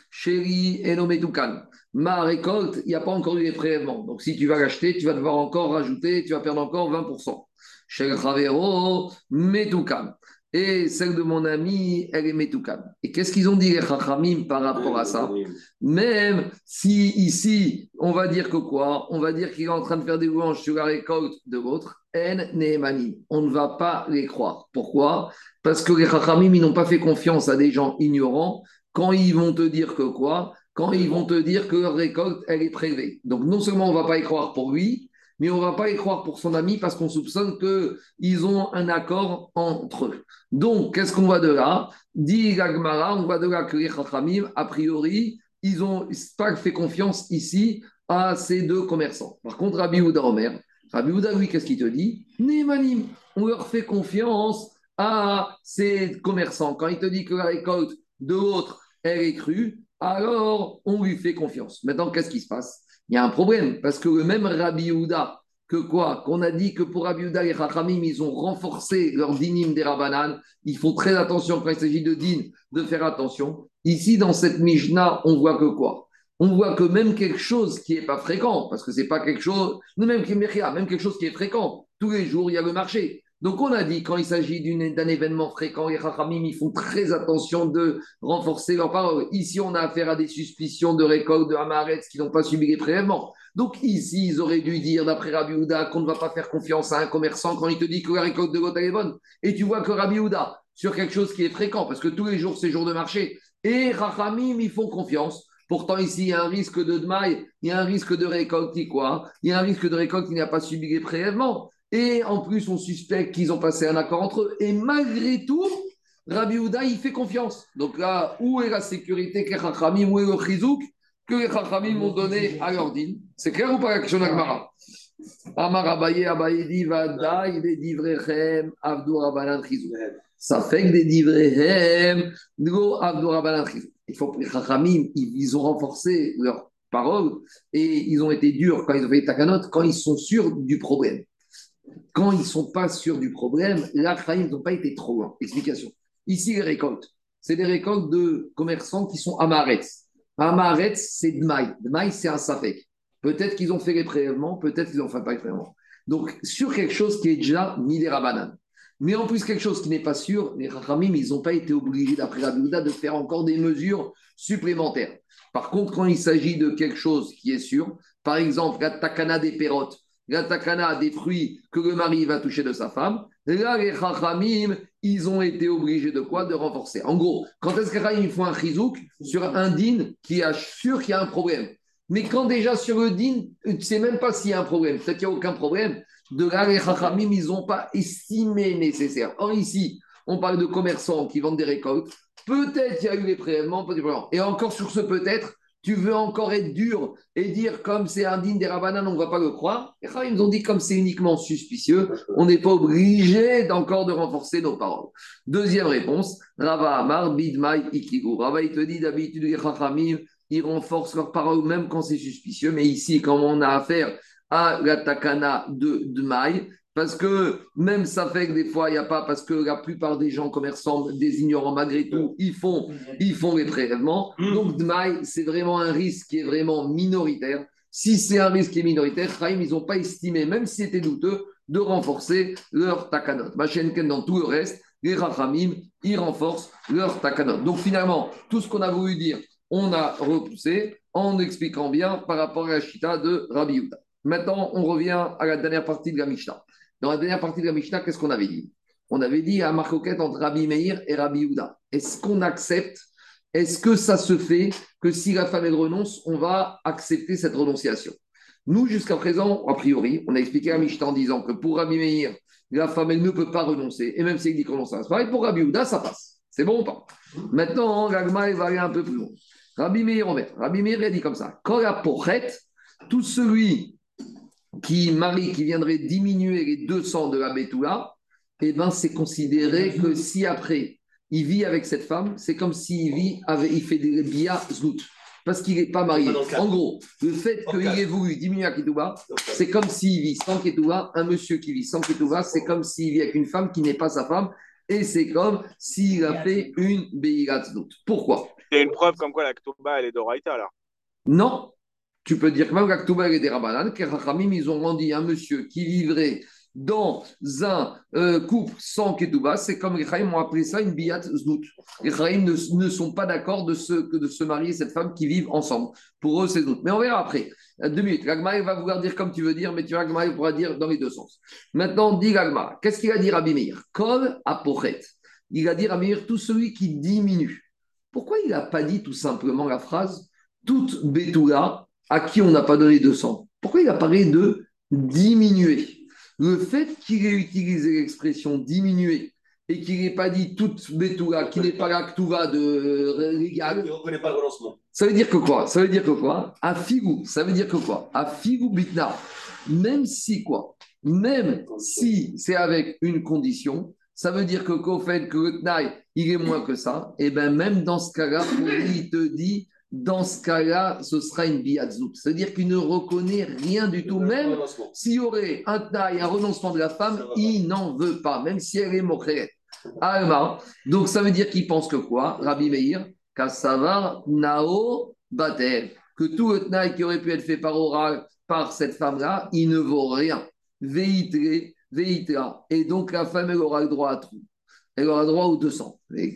Chéri Enometukan. Ma récolte, il n'y a pas encore eu les prélèvements. Donc, si tu vas l'acheter, tu vas devoir encore rajouter, tu vas perdre encore vingt pour cent. Shel Chavero Metukan. Et celle de mon ami, elle est Metukan. Et qu'est-ce qu'ils ont dit les Chachamim par rapport à ça? Même si ici, on va dire que quoi? On va dire qu'il est en train de faire des louanges sur la récolte de l'autre. En Nehemanim. On ne va pas les croire. Pourquoi? Parce que les Chachamim, ils n'ont pas fait confiance à des gens ignorants quand ils vont te dire que quoi? Quand ils vont te dire que leur récolte, elle est prélevée. Donc, non seulement on ne va pas y croire pour lui, mais on ne va pas y croire pour son ami parce qu'on soupçonne qu'ils ont un accord entre eux. Donc, qu'est-ce qu'on voit de là? Dit Gagmara, on voit de là que les Chachamim, a priori, ils n'ont pas fait confiance ici à ces deux commerçants. Par contre, Rabbi Houda Omer, Rabbi Houda, lui, qu'est-ce qu'il te dit? Némanim, on leur fait confiance à ces commerçants. Quand il te dit que la récolte de l'autre, elle est crue, alors on lui fait confiance. Maintenant, qu'est-ce qui se passe? Il y a un problème, parce que le même Rabbi Houda, que quoi? Qu'on a dit que pour Rabbi Houda, les Chachamim, ils ont renforcé leur dinim des Rabbanan. Ils font très attention quand il s'agit de din, de faire attention. Ici, dans cette Mishnah, on voit que quoi? On voit que même quelque chose qui n'est pas fréquent, parce que c'est pas quelque chose, nous même qui même quelque chose qui est fréquent, tous les jours, il y a le marché. Donc, on a dit, quand il s'agit d'une- d'un événement fréquent, les Chachamim, ils font très attention de renforcer leurs paroles. Ici, on a affaire à des suspicions de récolte de Hamaretz qui n'ont pas subi les prélèvements. Donc, ici, ils auraient dû dire, d'après Rabbi Houda, qu'on ne va pas faire confiance à un commerçant quand il te dit que la récolte de l'autre, elle est bonne. Et tu vois que Rabbi Houda, sur quelque chose qui est fréquent, parce que tous les jours, c'est jour de marché, et Chachamim, ils font confiance. Pourtant, ici, il y a un risque de demaille, il y a un risque de récolte qui quoi? Il y a un risque de récolte qui n'a pas subi les prélèvements. Et en plus, on suspecte qu'ils ont passé un accord entre eux. Et malgré tout, Rabbi Houda, il fait confiance. Donc là, où est la sécurité, Kechachamim, où est le chizouk? que les Chachamim m'ont donné à leur dîne. C'est clair ou pas la question d'Agmara? Amar Abaye, Abaye dit Vadaï, des divrechem, Avdu Rabbanan Chizou. Ça fait que des divrechem, Dgo Avdu Rabbanan Chizou. Il faut que les Chachamim, ils, ils ont renforcé leurs paroles et ils ont été durs quand ils ont fait les takanot, quand ils sont sûrs du problème. Quand ils ne sont pas sûrs du problème, là, ils n'ont pas été trop loin. Explication. Ici, les récoltes, c'est des récoltes de commerçants qui sont amaretz. Amaretz, c'est Dmaï. Dmaï, c'est un safek. Peut-être qu'ils ont fait les prélèvements, peut-être qu'ils n'ont fait pas les prélèvements. Donc, sur quelque chose qui est déjà Midera Banane. Mais en plus, quelque chose qui n'est pas sûr, les Chachamim, ils n'ont pas été obligés, d'après Rabbi Yehuda, de faire encore des mesures supplémentaires. Par contre, quand il s'agit de quelque chose qui est sûr, par exemple, la takana des pérotes, la takana des fruits que le mari va toucher de sa femme, là, les Chachamim, ils ont été obligés de quoi? De renforcer. En gros, quand est-ce que les Chachamim font un chizouk sur un din qui est sûr qu'il y a un problème? Mais quand déjà sur le din, tu ne sais même pas s'il y a un problème, peut-être qu'il n'y a aucun problème, de là, les Chachamim, ils n'ont pas estimé nécessaire. Or, ici, on parle de commerçants qui vendent des récoltes. Peut-être qu'il y a eu les prélèvements, peut-être. Et encore sur ce peut-être, tu veux encore être dur et dire comme c'est un digne des Rabbanan, on ne va pas le croire. Les Chachamim nous ont dit comme c'est uniquement suspicieux, on n'est pas obligé d'encore de renforcer nos paroles. Deuxième réponse, Rava Amar, Bidmaï, Ikigu. Rava, il te dit d'habitude, les Chachamim, ils renforcent leurs paroles même quand c'est suspicieux. Mais ici, quand on a affaire à la takana de, de maille, parce que même ça fait que des fois, il n'y a pas, parce que la plupart des gens commerçants, des ignorants malgré tout, ils font, ils font les prélèvements. Donc, de maille, c'est vraiment un risque qui est vraiment minoritaire. Si c'est un risque qui est minoritaire, Chaim, ils n'ont pas estimé, même si c'était douteux, de renforcer leur takanot. Machenken, dans tout le reste, les Rachamim, ils renforcent leur takanot. Donc, finalement, tout ce qu'on a voulu dire, on a repoussé en expliquant bien par rapport à la chita de Rabbi Yehuda. Maintenant, on revient à la dernière partie de la Mishnah. Dans la dernière partie de la Mishnah, qu'est-ce qu'on avait dit? On avait dit à Marcoquette entre Rabbi Meir et Rabbi Yehuda. Est-ce qu'on accepte? Est-ce que ça se fait que si la femme elle renonce, on va accepter cette renonciation? Nous, jusqu'à présent, a priori, on a expliqué à Mishnah en disant que pour Rabbi Meir, la femme elle ne peut pas renoncer. Et même si elle dit qu'on renonce, ça pareil. Pour Rabbi Yehuda, ça passe. C'est bon ou pas? Maintenant, l'agma va aller un peu plus loin. Rabbi Meir, on met. Rabbi Meir a dit comme ça. Quand la pochette, tout celui qui marie, qui viendrait diminuer les deux cents de la Betula, eh ben, c'est considéré que si après, il vit avec cette femme, c'est comme s'il vit, avec, il fait des bia zout, parce qu'il n'est pas marié. En gros, le fait qu'il ait voulu diminuer la Ketouba, c'est comme s'il vit sans Ketouba. Un monsieur qui vit sans Ketouba, c'est comme s'il vit avec une femme qui n'est pas sa femme, et c'est comme s'il a fait une Beirat zout. Pourquoi? C'est une preuve comme quoi la Ketouba, elle est d'Oraïta, alors. Non. Tu peux dire que même l'Aktuba et des Rabbanan, que Rachamim, ils ont rendu un monsieur qui vivrait dans un euh, couple sans Ketouba, c'est comme les Chaim ont appelé ça une Biyat Znout. Les Chaim ne, ne sont pas d'accord de se, de se marier cette femme qui vivent ensemble. Pour eux, c'est Znout. Mais on verra après. Deux minutes. L'Agma va vouloir dire comme tu veux dire, mais tu vois, l'Agma pourra dire dans les deux sens. Maintenant, dit l'Agma. Qu'est-ce qu'il a dit Rabbi Meir? Kol apochet. Il a dit Rabbi Meir, tout celui qui diminue. Pourquoi il n'a pas dit tout simplement la phrase toute Betula à qui on n'a pas donné deux cents? Pourquoi il a parlé de diminuer? Le fait qu'il ait utilisé l'expression diminuer et qu'il n'ait pas dit toute Betula, qui n'est pas la Ktuva de Régal, il ne reconnaît pas le relancement. Ça veut dire que quoi? Ça veut dire que quoi? À Figou, ça veut dire que quoi? À Figou Bitna, même si quoi? Même si c'est avec une condition, ça veut dire que qu'au fait que le Tnaï, il est moins que ça, et bien même dans ce cas-là, il te dit, dans ce cas-là, ce sera une biatzout. C'est-à-dire qu'il ne reconnaît rien du tout. Même s'il y aurait un Tnaï, un renoncement de la femme, il n'en veut pas, même si elle est mokheret. Alma. Donc ça veut dire qu'il pense que quoi? Rabbi Meir, Kassavar Nao Bater, que tout le Tnaï qui aurait pu être fait par oral par cette femme-là, il ne vaut rien. Veitre, Veitra. Et donc la femme, elle aura le droit à tout. Elle aura le droit aux deux cents. Et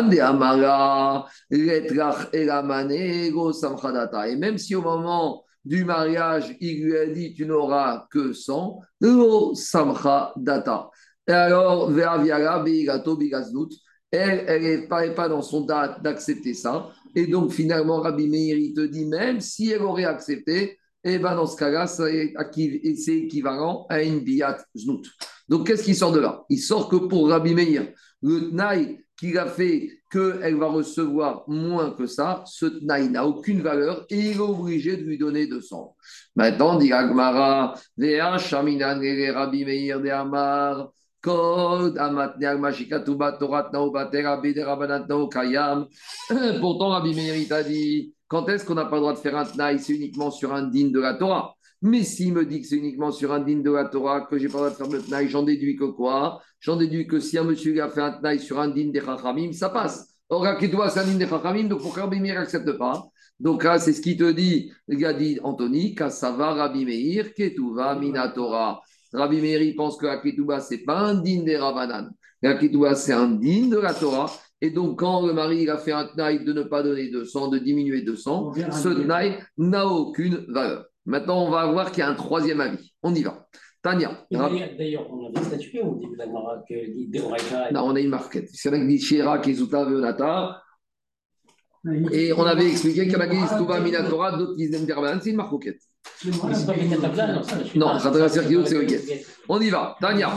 même si au moment du mariage, il lui a dit tu n'auras que cent, lo samcha data. Et alors, ve'aviara beigato bigaznut. Elle, elle n'est pas, pas dans son date d'accepter ça. Et donc, finalement, Rabbi Meir, il te dit, même si elle aurait accepté, eh ben dans ce cas-là, c'est équivalent à une biyat znout. Donc, qu'est-ce qui sort de là? Il sort que pour Rabbi Meir, le Tnaï qu'il a fait qu'elle va recevoir moins que ça, ce Tnaï n'a aucune valeur et il est obligé de lui donner deux cents. Maintenant, dit Agmara, Vea Shaminan Gere Rabbi Meir de Amar, Kod Amat Neagma Shikatuba Torat Nao Batera Bede Rabanat Nao Kayam. Pourtant, Rabbi Meir il t'a dit, quand est-ce qu'on n'a pas le droit de faire un Tnaï? C'est uniquement sur un din de la Torah. Mais s'il me dit que c'est uniquement sur un din de la Torah que j'ai pas le droit de faire le Tnaï, j'en déduis que quoi? J'en déduis que si un monsieur a fait un Tnaï sur un din des Chachamim, ça passe. Or, la Ketouba, c'est un din des Chachamim, donc pourquoi Rabbi Meir n'accepte pas? Donc là, c'est ce qu'il te dit, le gars dit Anthony, Kassava Rabbi Meir, Ketouba Minatora. Rabbi Meir, il pense que la Ketouba, ce n'est pas un din des Ravanan. La Ketouba, c'est un din de la Torah. Et donc, quand le mari il a fait un Tnaï de ne pas donner deux cents, de diminuer deux cents, ce Tnaï n'a aucune valeur. Maintenant, on va voir qu'il y a un troisième avis. On y va. Tania. D'ailleurs, on avait statué au début de la Gemara que de Non, on a une marquette. C'est vrai que dit Shira, Kezuta, Veonata. Et on avait expliqué qu'il y en a qui disent Touba Minatora, d'autres qui disent Derbanan, c'est une marquette. Non, Khatara Serkiout, c'est ok. On y va. Tania.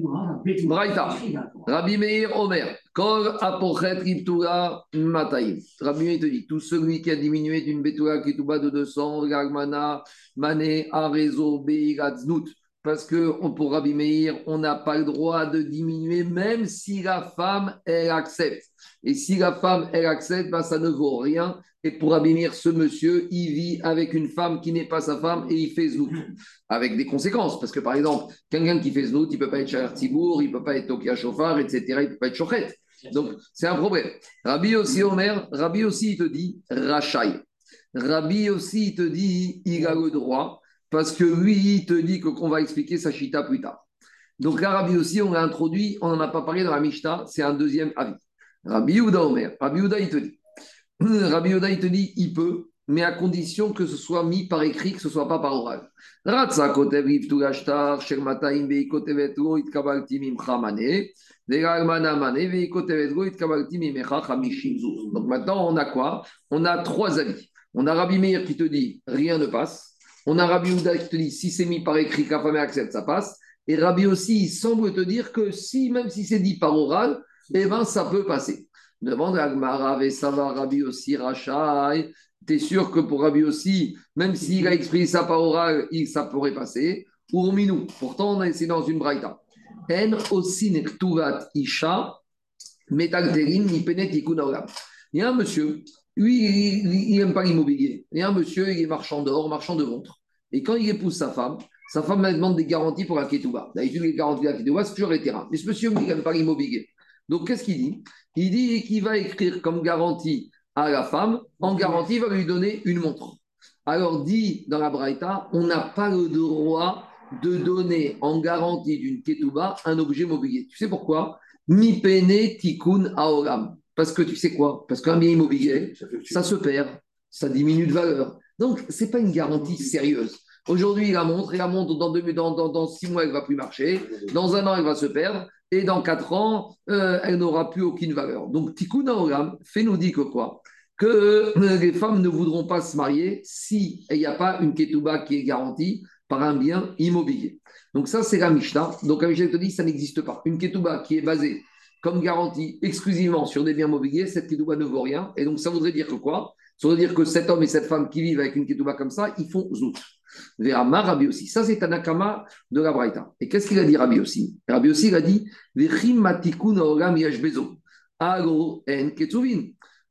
Braïta. Rabbi Meir Omer. Kol apochet riptura mataïm. Rabbi Meir te dit tout celui qui a diminué d'une betura kituba de deux cents, Gagmana, Mané, Arezo, Beiraznut. Parce que pour Rabbi Meir, on n'a pas le droit de diminuer, même si la femme, elle accepte. Et si la femme, elle accepte, ben, ça ne vaut rien. Et pour Rabbi Meir, ce monsieur, il vit avec une femme qui n'est pas sa femme et il fait znout. Avec des conséquences. Parce que par exemple, quelqu'un qui fait znout, il ne peut pas être Shahar Tzibour, il ne peut pas être Tokia Shofar, et cetera. Il ne peut pas être Shochet. Donc, c'est un problème. Rabbi aussi, Omer, Rabbi aussi, il te dit Rachai. Rabbi aussi, il te dit il a le droit. Parce que lui, il te dit que qu'on va expliquer sa chita plus tard. Donc là, Rabbi aussi, on l'a introduit, on n'en a pas parlé dans la Mishnah, c'est un deuxième avis. Rabbi Yehuda Omer, Rabbi Yehuda, il te dit, Rabbi Yehuda, il te dit, il peut, mais à condition que ce soit mis par écrit, que ce ne soit pas par oral. Ratsa kotev riftu gashtar, shel mataim veikotevet ro itkabalti mimcha mane, vegalmana mane veikotevet ro itkabalti mimecha chamishim zuz. Donc maintenant, on a quoi? On a trois avis. On a Rabbi Meir qui te dit, rien ne passe. On a Rabbi Yehuda qui te dit, si c'est mis par écrit, que la femme accepte, ça passe. Et Rabbi aussi, il semble te dire que si, même si c'est dit par oral, eh ben, ça peut passer. Demande à Agmara, ça va, Rabbi aussi, Rachai. Tu es sûr que pour Rabbi aussi, même s'il a exprimé ça par oral, il, ça pourrait passer. Urminou. Pourtant, c'est dans une braïta. En aussi nektuvat isha, metalterin, ni penet ikun olam. Il y a un monsieur. Lui, il n'aime pas l'immobilier. Il y a un monsieur, il est marchand d'or, marchand de montres. Et quand il épouse sa femme, sa femme elle demande des garanties pour la ketouba. D'habitude, les garanties de la ketouba, c'est toujours les terrains. Mais ce monsieur il n'aime pas l'immobilier. Donc, qu'est-ce qu'il dit? Il dit qu'il va écrire comme garantie à la femme, en garantie, il va lui donner une montre. Alors, dit dans la Braïta, on n'a pas le droit de donner en garantie d'une ketouba un objet mobilier. Tu sais pourquoi? Mi pene tikun aolam. Parce que tu sais quoi? Parce qu'un bien immobilier, ça se perd, ça diminue de valeur. Donc, ce n'est pas une garantie sérieuse. Aujourd'hui, la montre, et la montre, dans, deux, dans, dans, dans six mois, elle ne va plus marcher. Dans un an, elle va se perdre. Et dans quatre ans, euh, elle n'aura plus aucune valeur. Donc, Tikkun Haolam fait nous dire que quoi? Que euh, les femmes ne voudront pas se marier si il n'y a pas une ketouba qui est garantie par un bien immobilier. Donc, ça, c'est la Mishnah. Donc, la Mishnah te dit que ça n'existe pas. Une ketouba qui est basée comme garantie exclusivement sur des biens immobiliers, cette ketouba ne vaut rien. Et donc, ça voudrait dire que quoi? Ça veut dire que cet homme et cette femme qui vivent avec une ketouba comme ça, ils font zout. Verama, Rabbi aussi. Ça, c'est Tanakama de la Braïta. Et qu'est-ce qu'il a dit, Rabbi aussi? Rabbi aussi, il a dit Vechim matikun oram yashbezo. Alo en ketzuvin.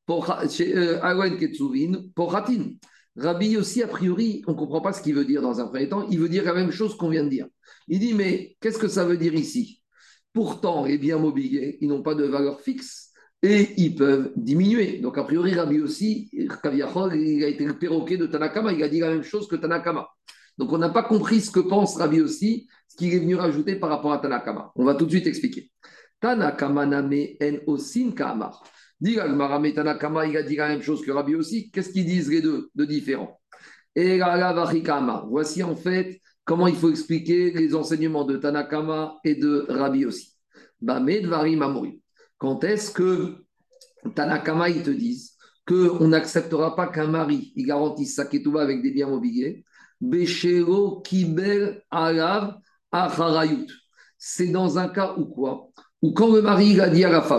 Alo en ketzuvin pochatin. Rabbi aussi, a priori, on ne comprend pas ce qu'il veut dire dans un premier temps. Il veut dire la même chose qu'on vient de dire. Il dit, mais qu'est-ce que ça veut dire ici? Pourtant, les biens mobiliers, ils n'ont pas de valeur fixe. Et ils peuvent diminuer. Donc, a priori, Rabbi aussi, Kaviachol, il a été le perroquet de Tanakama, il a dit la même chose que Tanakama. Donc, on n'a pas compris ce que pense Rabbi aussi, ce qu'il est venu rajouter par rapport à Tanakama. On va tout de suite expliquer. Tanakama name en osin kamar. Dit Agmarame Tanakama, il a dit la même chose que Rabbi aussi. Qu'est-ce qu'ils disent les deux de différent? Et voici en fait comment il faut expliquer les enseignements de Tanakama et de Rabbi aussi. Bamed varim amori. Quand est-ce que Tanakama, ils te disent qu'on n'acceptera pas qu'un mari il garantisse sa ketouba avec des biens mobiliers? Beshero kibel alav acharayut. C'est dans un cas où quoi? Où quand le mari il a dit à la femme,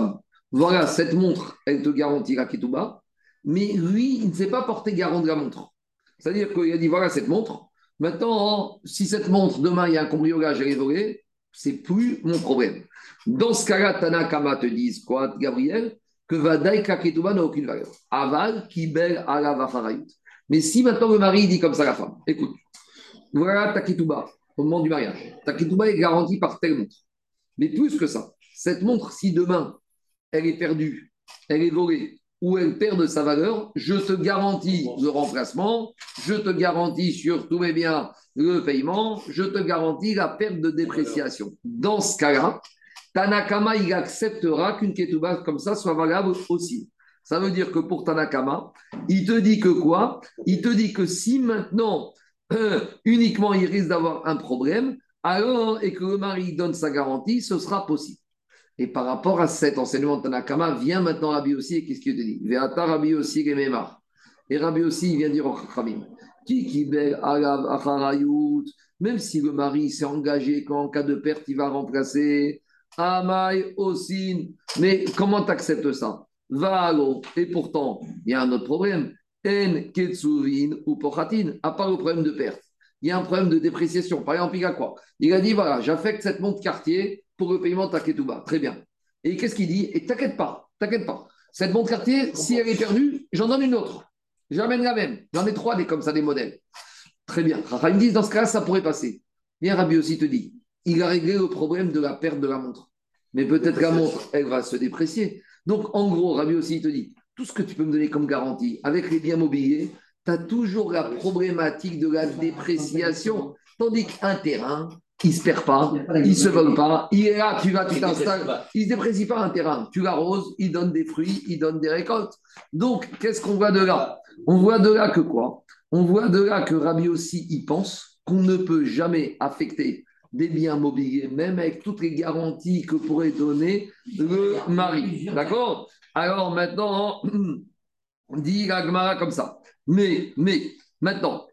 voilà, cette montre, elle te garantit la ketouba, mais lui, il ne s'est pas porté garant de la montre. C'est-à-dire qu'il a dit, voilà cette montre, maintenant, si cette montre, demain, il y a un cambriolage, elle est volée, c'est plus mon problème. Dans ce cas-là, Tanakama te disent quoi, Gabriel? Que Vadaï Kaketouba n'a aucune valeur. Aval, Kibel, Ala, Vafarayut. Mais si maintenant le mari dit comme ça à la femme, écoute, voilà ta ketouba au moment du mariage. Ta ketouba est garantie par telle montre. Mais plus que ça, cette montre, si demain, elle est perdue, elle est volée, ou elle perd de sa valeur, je te garantis le remplacement, je te garantis sur tous mes biens le paiement, je te garantis la perte de dépréciation. Dans ce cas-là, Tanakama, il acceptera qu'une ketouba comme ça soit valable aussi. Ça veut dire que pour Tanakama, il te dit que quoi? Il te dit que si maintenant, euh, uniquement, il risque d'avoir un problème, alors, et que le mari donne sa garantie, ce sera possible. Et par rapport à cet enseignement de Tanakama, vient maintenant Rabbi aussi, et qu'est-ce qu'il te dit? Veata Rabbi aussi, les Memar. Et Rabbi aussi, il vient dire au Chachamim, Ki kibel alav acharayut, même si le mari s'est engagé qu'en cas de perte, il va remplacer, Amai Osin, mais comment tu acceptes ça? Valo, et pourtant, il y a un autre problème. En Ketsuvin ou Pochatin, à part le problème de perte. Il y a un problème de dépréciation. Par exemple, il a quoi? Il a dit voilà, j'affecte cette montre quartier pour le paiement de ta ketouba. Très bien. Et qu'est-ce qu'il dit? Et t'inquiète pas, t'inquiète pas. Cette montre quartier, si elle est perdue, j'en donne une autre. J'amène la même. J'en ai trois des comme ça, des modèles. Très bien. Ils me disent dans ce cas-là, ça pourrait passer. Bien, Rabbi aussi te dit il a réglé le problème de la perte de la montre. Mais peut-être la montre, elle va se déprécier. Donc, en gros, Rabbi aussi te dit tout ce que tu peux me donner comme garantie avec les biens mobiliers, tu as toujours la problématique de la dépréciation. Tandis qu'un terrain, il ne se perd pas, il ne se vole pas, il est là, tu vas, tu t'installes, il ne se déprécie pas un terrain. Tu l'arroses, il donne des fruits, il donne des récoltes. Donc, qu'est-ce qu'on voit de là? On voit de là que quoi? On voit de là que Rabbi aussi, il pense qu'on ne peut jamais affecter des biens mobiliers, même avec toutes les garanties que pourrait donner le mari. D'accord? Alors maintenant, on dit la Gemara comme ça. Mais, mais, maintenant,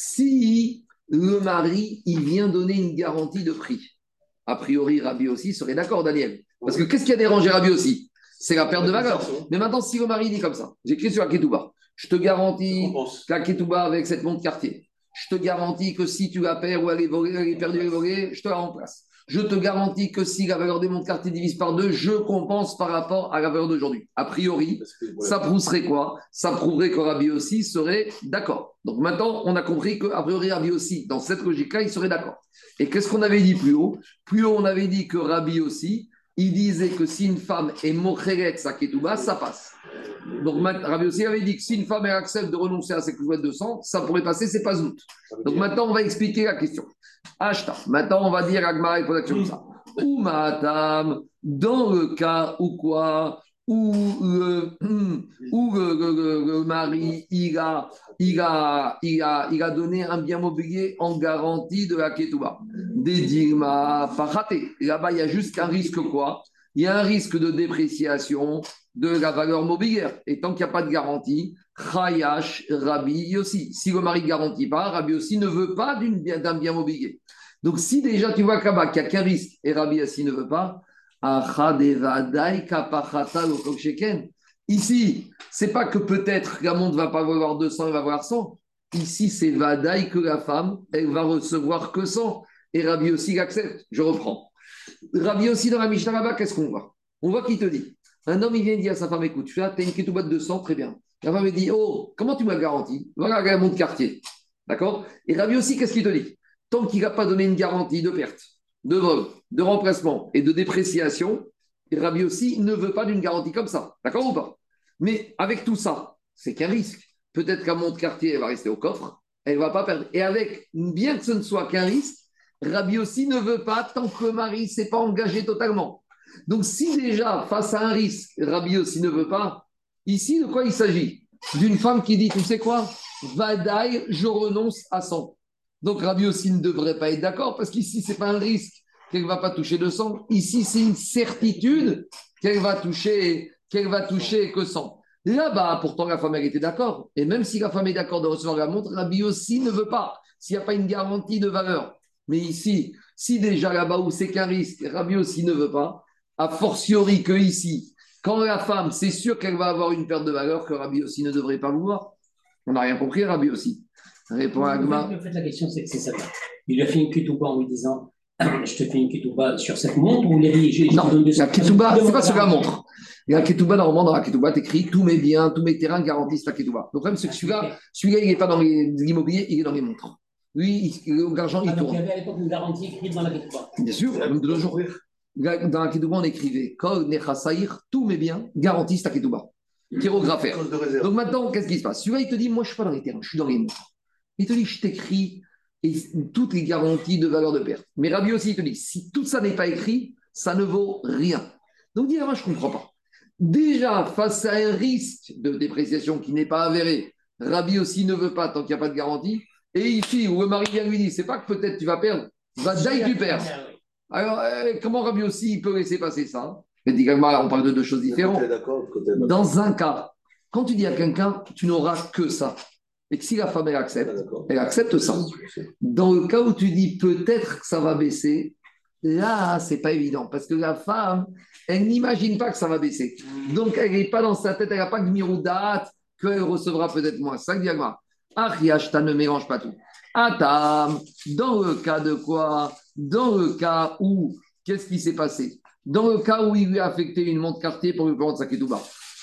si le mari, il vient donner une garantie de prix, a priori, Rabbi aussi serait d'accord, Daniel. Parce que qu'est-ce qui a dérangé Rabbi aussi? C'est la perte de valeur. Mais maintenant, si le mari dit comme ça, j'écris sur la ketouba, je te garantis que la ketouba avec cette montre quartier, je te garantis que si tu la perds ou elle est volée, elle est perdue, elle est volée, je te la remplace. Je te garantis que si la valeur des montres quartier divise par deux, je compense par rapport à la valeur d'aujourd'hui. A priori, ça prouverait quoi? Ça prouverait que Rabbi aussi serait d'accord. Donc maintenant, on a compris qu'a priori, Rabbi aussi, dans cette logique-là, il serait d'accord. Et qu'est-ce qu'on avait dit plus haut? Plus haut, on avait dit que Rabbi aussi, il disait que si une femme est mocheret sa ketouba, ça passe. Donc Rabbi aussi avait dit que si une femme elle accepte de renoncer à ses clouettes de sang, ça pourrait passer, c'est pas zout. Donc maintenant, on va expliquer la question. Ashta. Maintenant, on va dire Agmara et production comme ça. Ou matam, dans le cas où quoi? Où le, où le, le, le, le mari, il a, il, a, il, a, il a donné un bien mobilier en garantie de la ketouba. Des dirma pas raté. Là-bas, il y a juste un risque quoi? Il y a un risque de dépréciation de la valeur mobilière. Et tant qu'il n'y a pas de garantie, Chayash, Rabbi Yossi. Si le mari ne garantit pas, Rabbi Yossi ne veut pas d'une, d'un bien mobilier. Donc, si déjà tu vois là-bas qu'il n'y a qu'un risque et Rabbi Yossi ne veut pas, ici, c'est pas que peut-être la montre ne va pas valoir deux cents, elle va valoir cent. Ici, c'est Vadaï que la femme, elle va recevoir que cent. Et Rabbi Yossi l'accepte. Je reprends. Rabbi Yossi dans la Mishnah là-bas, qu'est-ce qu'on voit? On voit qu'il te dit un homme, il vient dire à sa femme écoute, tu as une ketouba de deux cents, très bien. La femme, elle dit oh, comment tu m'as garanti? Voilà la montre quartier. D'accord? Et Rabbi Yossi, qu'est-ce qu'il te dit? Tant qu'il n'a pas donné une garantie de perte, de vol, de remplacement et de dépréciation, Rabbi Yossi ne veut pas d'une garantie comme ça. D'accord ou pas? Mais avec tout ça, c'est qu'un risque. Peut-être qu'à montre quartier, elle va rester au coffre, elle ne va pas perdre. Et avec, bien que ce ne soit qu'un risque, Rabbi Yossi ne veut pas tant que le mari ne s'est pas engagé totalement. Donc, si déjà, face à un risque, Rabbi Yossi ne veut pas, ici, de quoi il s'agit? D'une femme qui dit, tu sais quoi? Vadaï, je renonce à cent. Donc, Rabbi Yossi ne devrait pas être d'accord parce qu'ici, ce n'est pas un risque qu'elle ne va pas toucher deux cents. Ici, c'est une certitude qu'elle va toucher, qu'elle va toucher que cent. Là-bas, pourtant, la femme, elle était d'accord. Et même si la femme est d'accord de recevoir la montre, Rabbi Yossi ne veut pas s'il n'y a pas une garantie de valeur. Mais ici, si déjà là-bas où c'est qu'un risque, Rabbi Yossi ne veut pas, a fortiori que ici, Quand la femme, c'est sûr qu'elle va avoir une perte de valeur que Rabbi aussi ne devrait pas vouloir. On n'a rien compris, Rabbi aussi. Répond à Agma. En fait, la question, c'est c'est ça. Il lui a fait une ketouba en lui disant je te fais une ketouba sur cette montre ou il a dit je, je Non, te donne deux la ketouba, c'est pas sur la montre. La ketouba, normalement, dans la ketouba, t'écris tous mes biens, tous mes terrains garantissent la ketouba. Le problème, c'est que celui-là, celui-là il n'est pas dans les- l'immobilier, il est dans les montres. Lui, il- l'argent, il Ah, donc il y tourne. avait à l'époque une garantie écrite dans la ketouba. Bien sûr, même de nos jours. Là, dans la ketouba, on écrivait Kol Nechasaïr, tous mes biens garantissent ta ketouba. Chirographaire. Clause de réserve. Donc maintenant, qu'est-ce qui se passe? Celui-là, il te dit moi, je ne suis pas dans les terrains, je suis dans les montres. Il te dit je t'écris et toutes les garanties de valeur de perte. Mais Rabbi aussi, il te dit si tout ça n'est pas écrit, ça ne vaut rien. Donc, dis, ah, moi, je ne comprends pas. Déjà, face à un risque de dépréciation qui n'est pas avéré, Rabbi aussi ne veut pas tant qu'il n'y a pas de garantie. Et ici, où le mari vient lui dit c'est pas que peut-être tu vas perdre, va déjà tu perds. Alors, euh, comment Rabbi aussi il peut laisser passer ça? Il dit, on parle de deux choses différentes. Côté d'accord, côté d'accord. Dans un cas, quand tu dis à quelqu'un, tu n'auras que ça. Et que si la femme, elle Ah, accepte, d'accord. elle accepte ça. Dans le cas où tu dis peut-être que ça va baisser, là, c'est pas évident. Parce que la femme, elle n'imagine pas que ça va baisser. Donc, elle n'est pas dans sa tête, elle n'a pas de miroudate qu'elle recevra peut-être moins. Ça, diagma. Ariashta ne mélange pas tout. Atam, dans le cas de quoi? Dans le cas où, qu'est-ce qui s'est passé? Dans le cas où il lui a affecté une montre quartier pour lui prendre sa ketouba.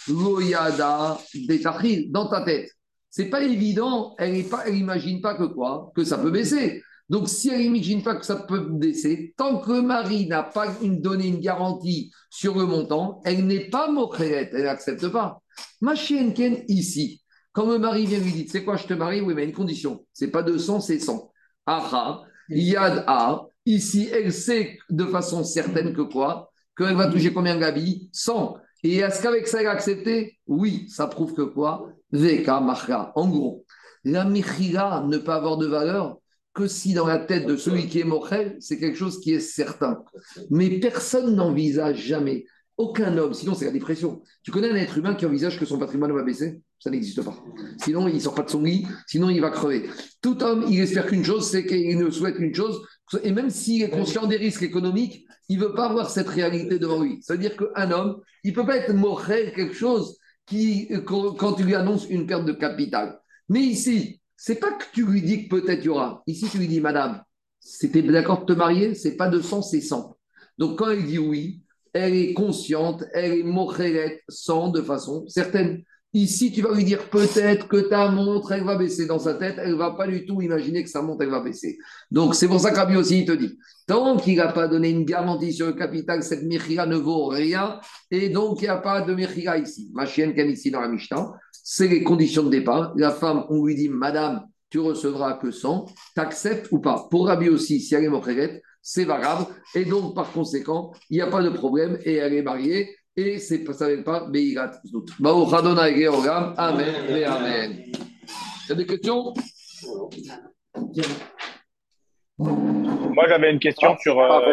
Loyada detachil, dans ta tête. C'est pas évident, elle n'imagine pas que quoi? Que ça peut baisser. Donc, si elle n'imagine pas que ça peut baisser, tant que le mari n'a pas une, donné une garantie sur le montant, elle n'est pas mokrette, elle n'accepte pas. Ma chienne Ken, ici, quand le mari vient lui dire, c'est quoi, je te marie? Oui, mais une condition. C'est pas deux cents, c'est cent. Aha, yad a. Ici, elle sait de façon certaine que quoi? Qu'elle va toucher combien Gabi? cent. Et est-ce qu'avec ça, elle a accepté? Oui, ça prouve que quoi? Veka machra. En gros, la michira ne peut avoir de valeur que si dans la tête de celui qui est mochel, c'est quelque chose qui est certain. Mais personne n'envisage jamais, aucun homme, sinon c'est la dépression. Tu connais un être humain qui envisage que son patrimoine va baisser? Ça n'existe pas. Sinon, il ne sort pas de son lit, sinon il va crever. Tout homme, il espère qu'une chose, c'est qu'il ne souhaite qu'une chose, et même s'il est conscient des risques économiques, il ne veut pas avoir cette réalité devant lui. Ça veut dire qu'un homme, il ne peut pas être mochel quelque chose qui, quand tu lui annonces une perte de capital. Mais ici, c'est pas que tu lui dis que peut-être il y aura. Ici, tu lui dis, madame, c'était d'accord de te marier, c'est pas deux cents, c'est cent. Donc, quand elle dit oui, elle est consciente, elle est mochelette, cent de façon certaine. Ici, tu vas lui dire peut-être que ta montre, elle va baisser dans sa tête, elle ne va pas du tout imaginer que sa montre, elle va baisser. Donc, c'est pour ça que Rabbi aussi, il te dit, tant qu'il n'a pas donné une garantie sur le capital, cette mechira ne vaut rien, et donc il n'y a pas de mechira ici. Ma chienne qu'elle ici dans la Mishnah, c'est les conditions de départ. La femme, on lui dit, madame, tu recevras que cent, t'acceptes ou pas. Pour Rabbi aussi, si elle est mochelette, c'est valable, et donc par conséquent, il n'y a pas de problème, et elle est mariée. Et c'est, ça ne s'appelle pas Beirat Zut. Baruch Adonai Georgam. Amen et Amen. Il y a des questions? Moi, j'avais une question sur. euh,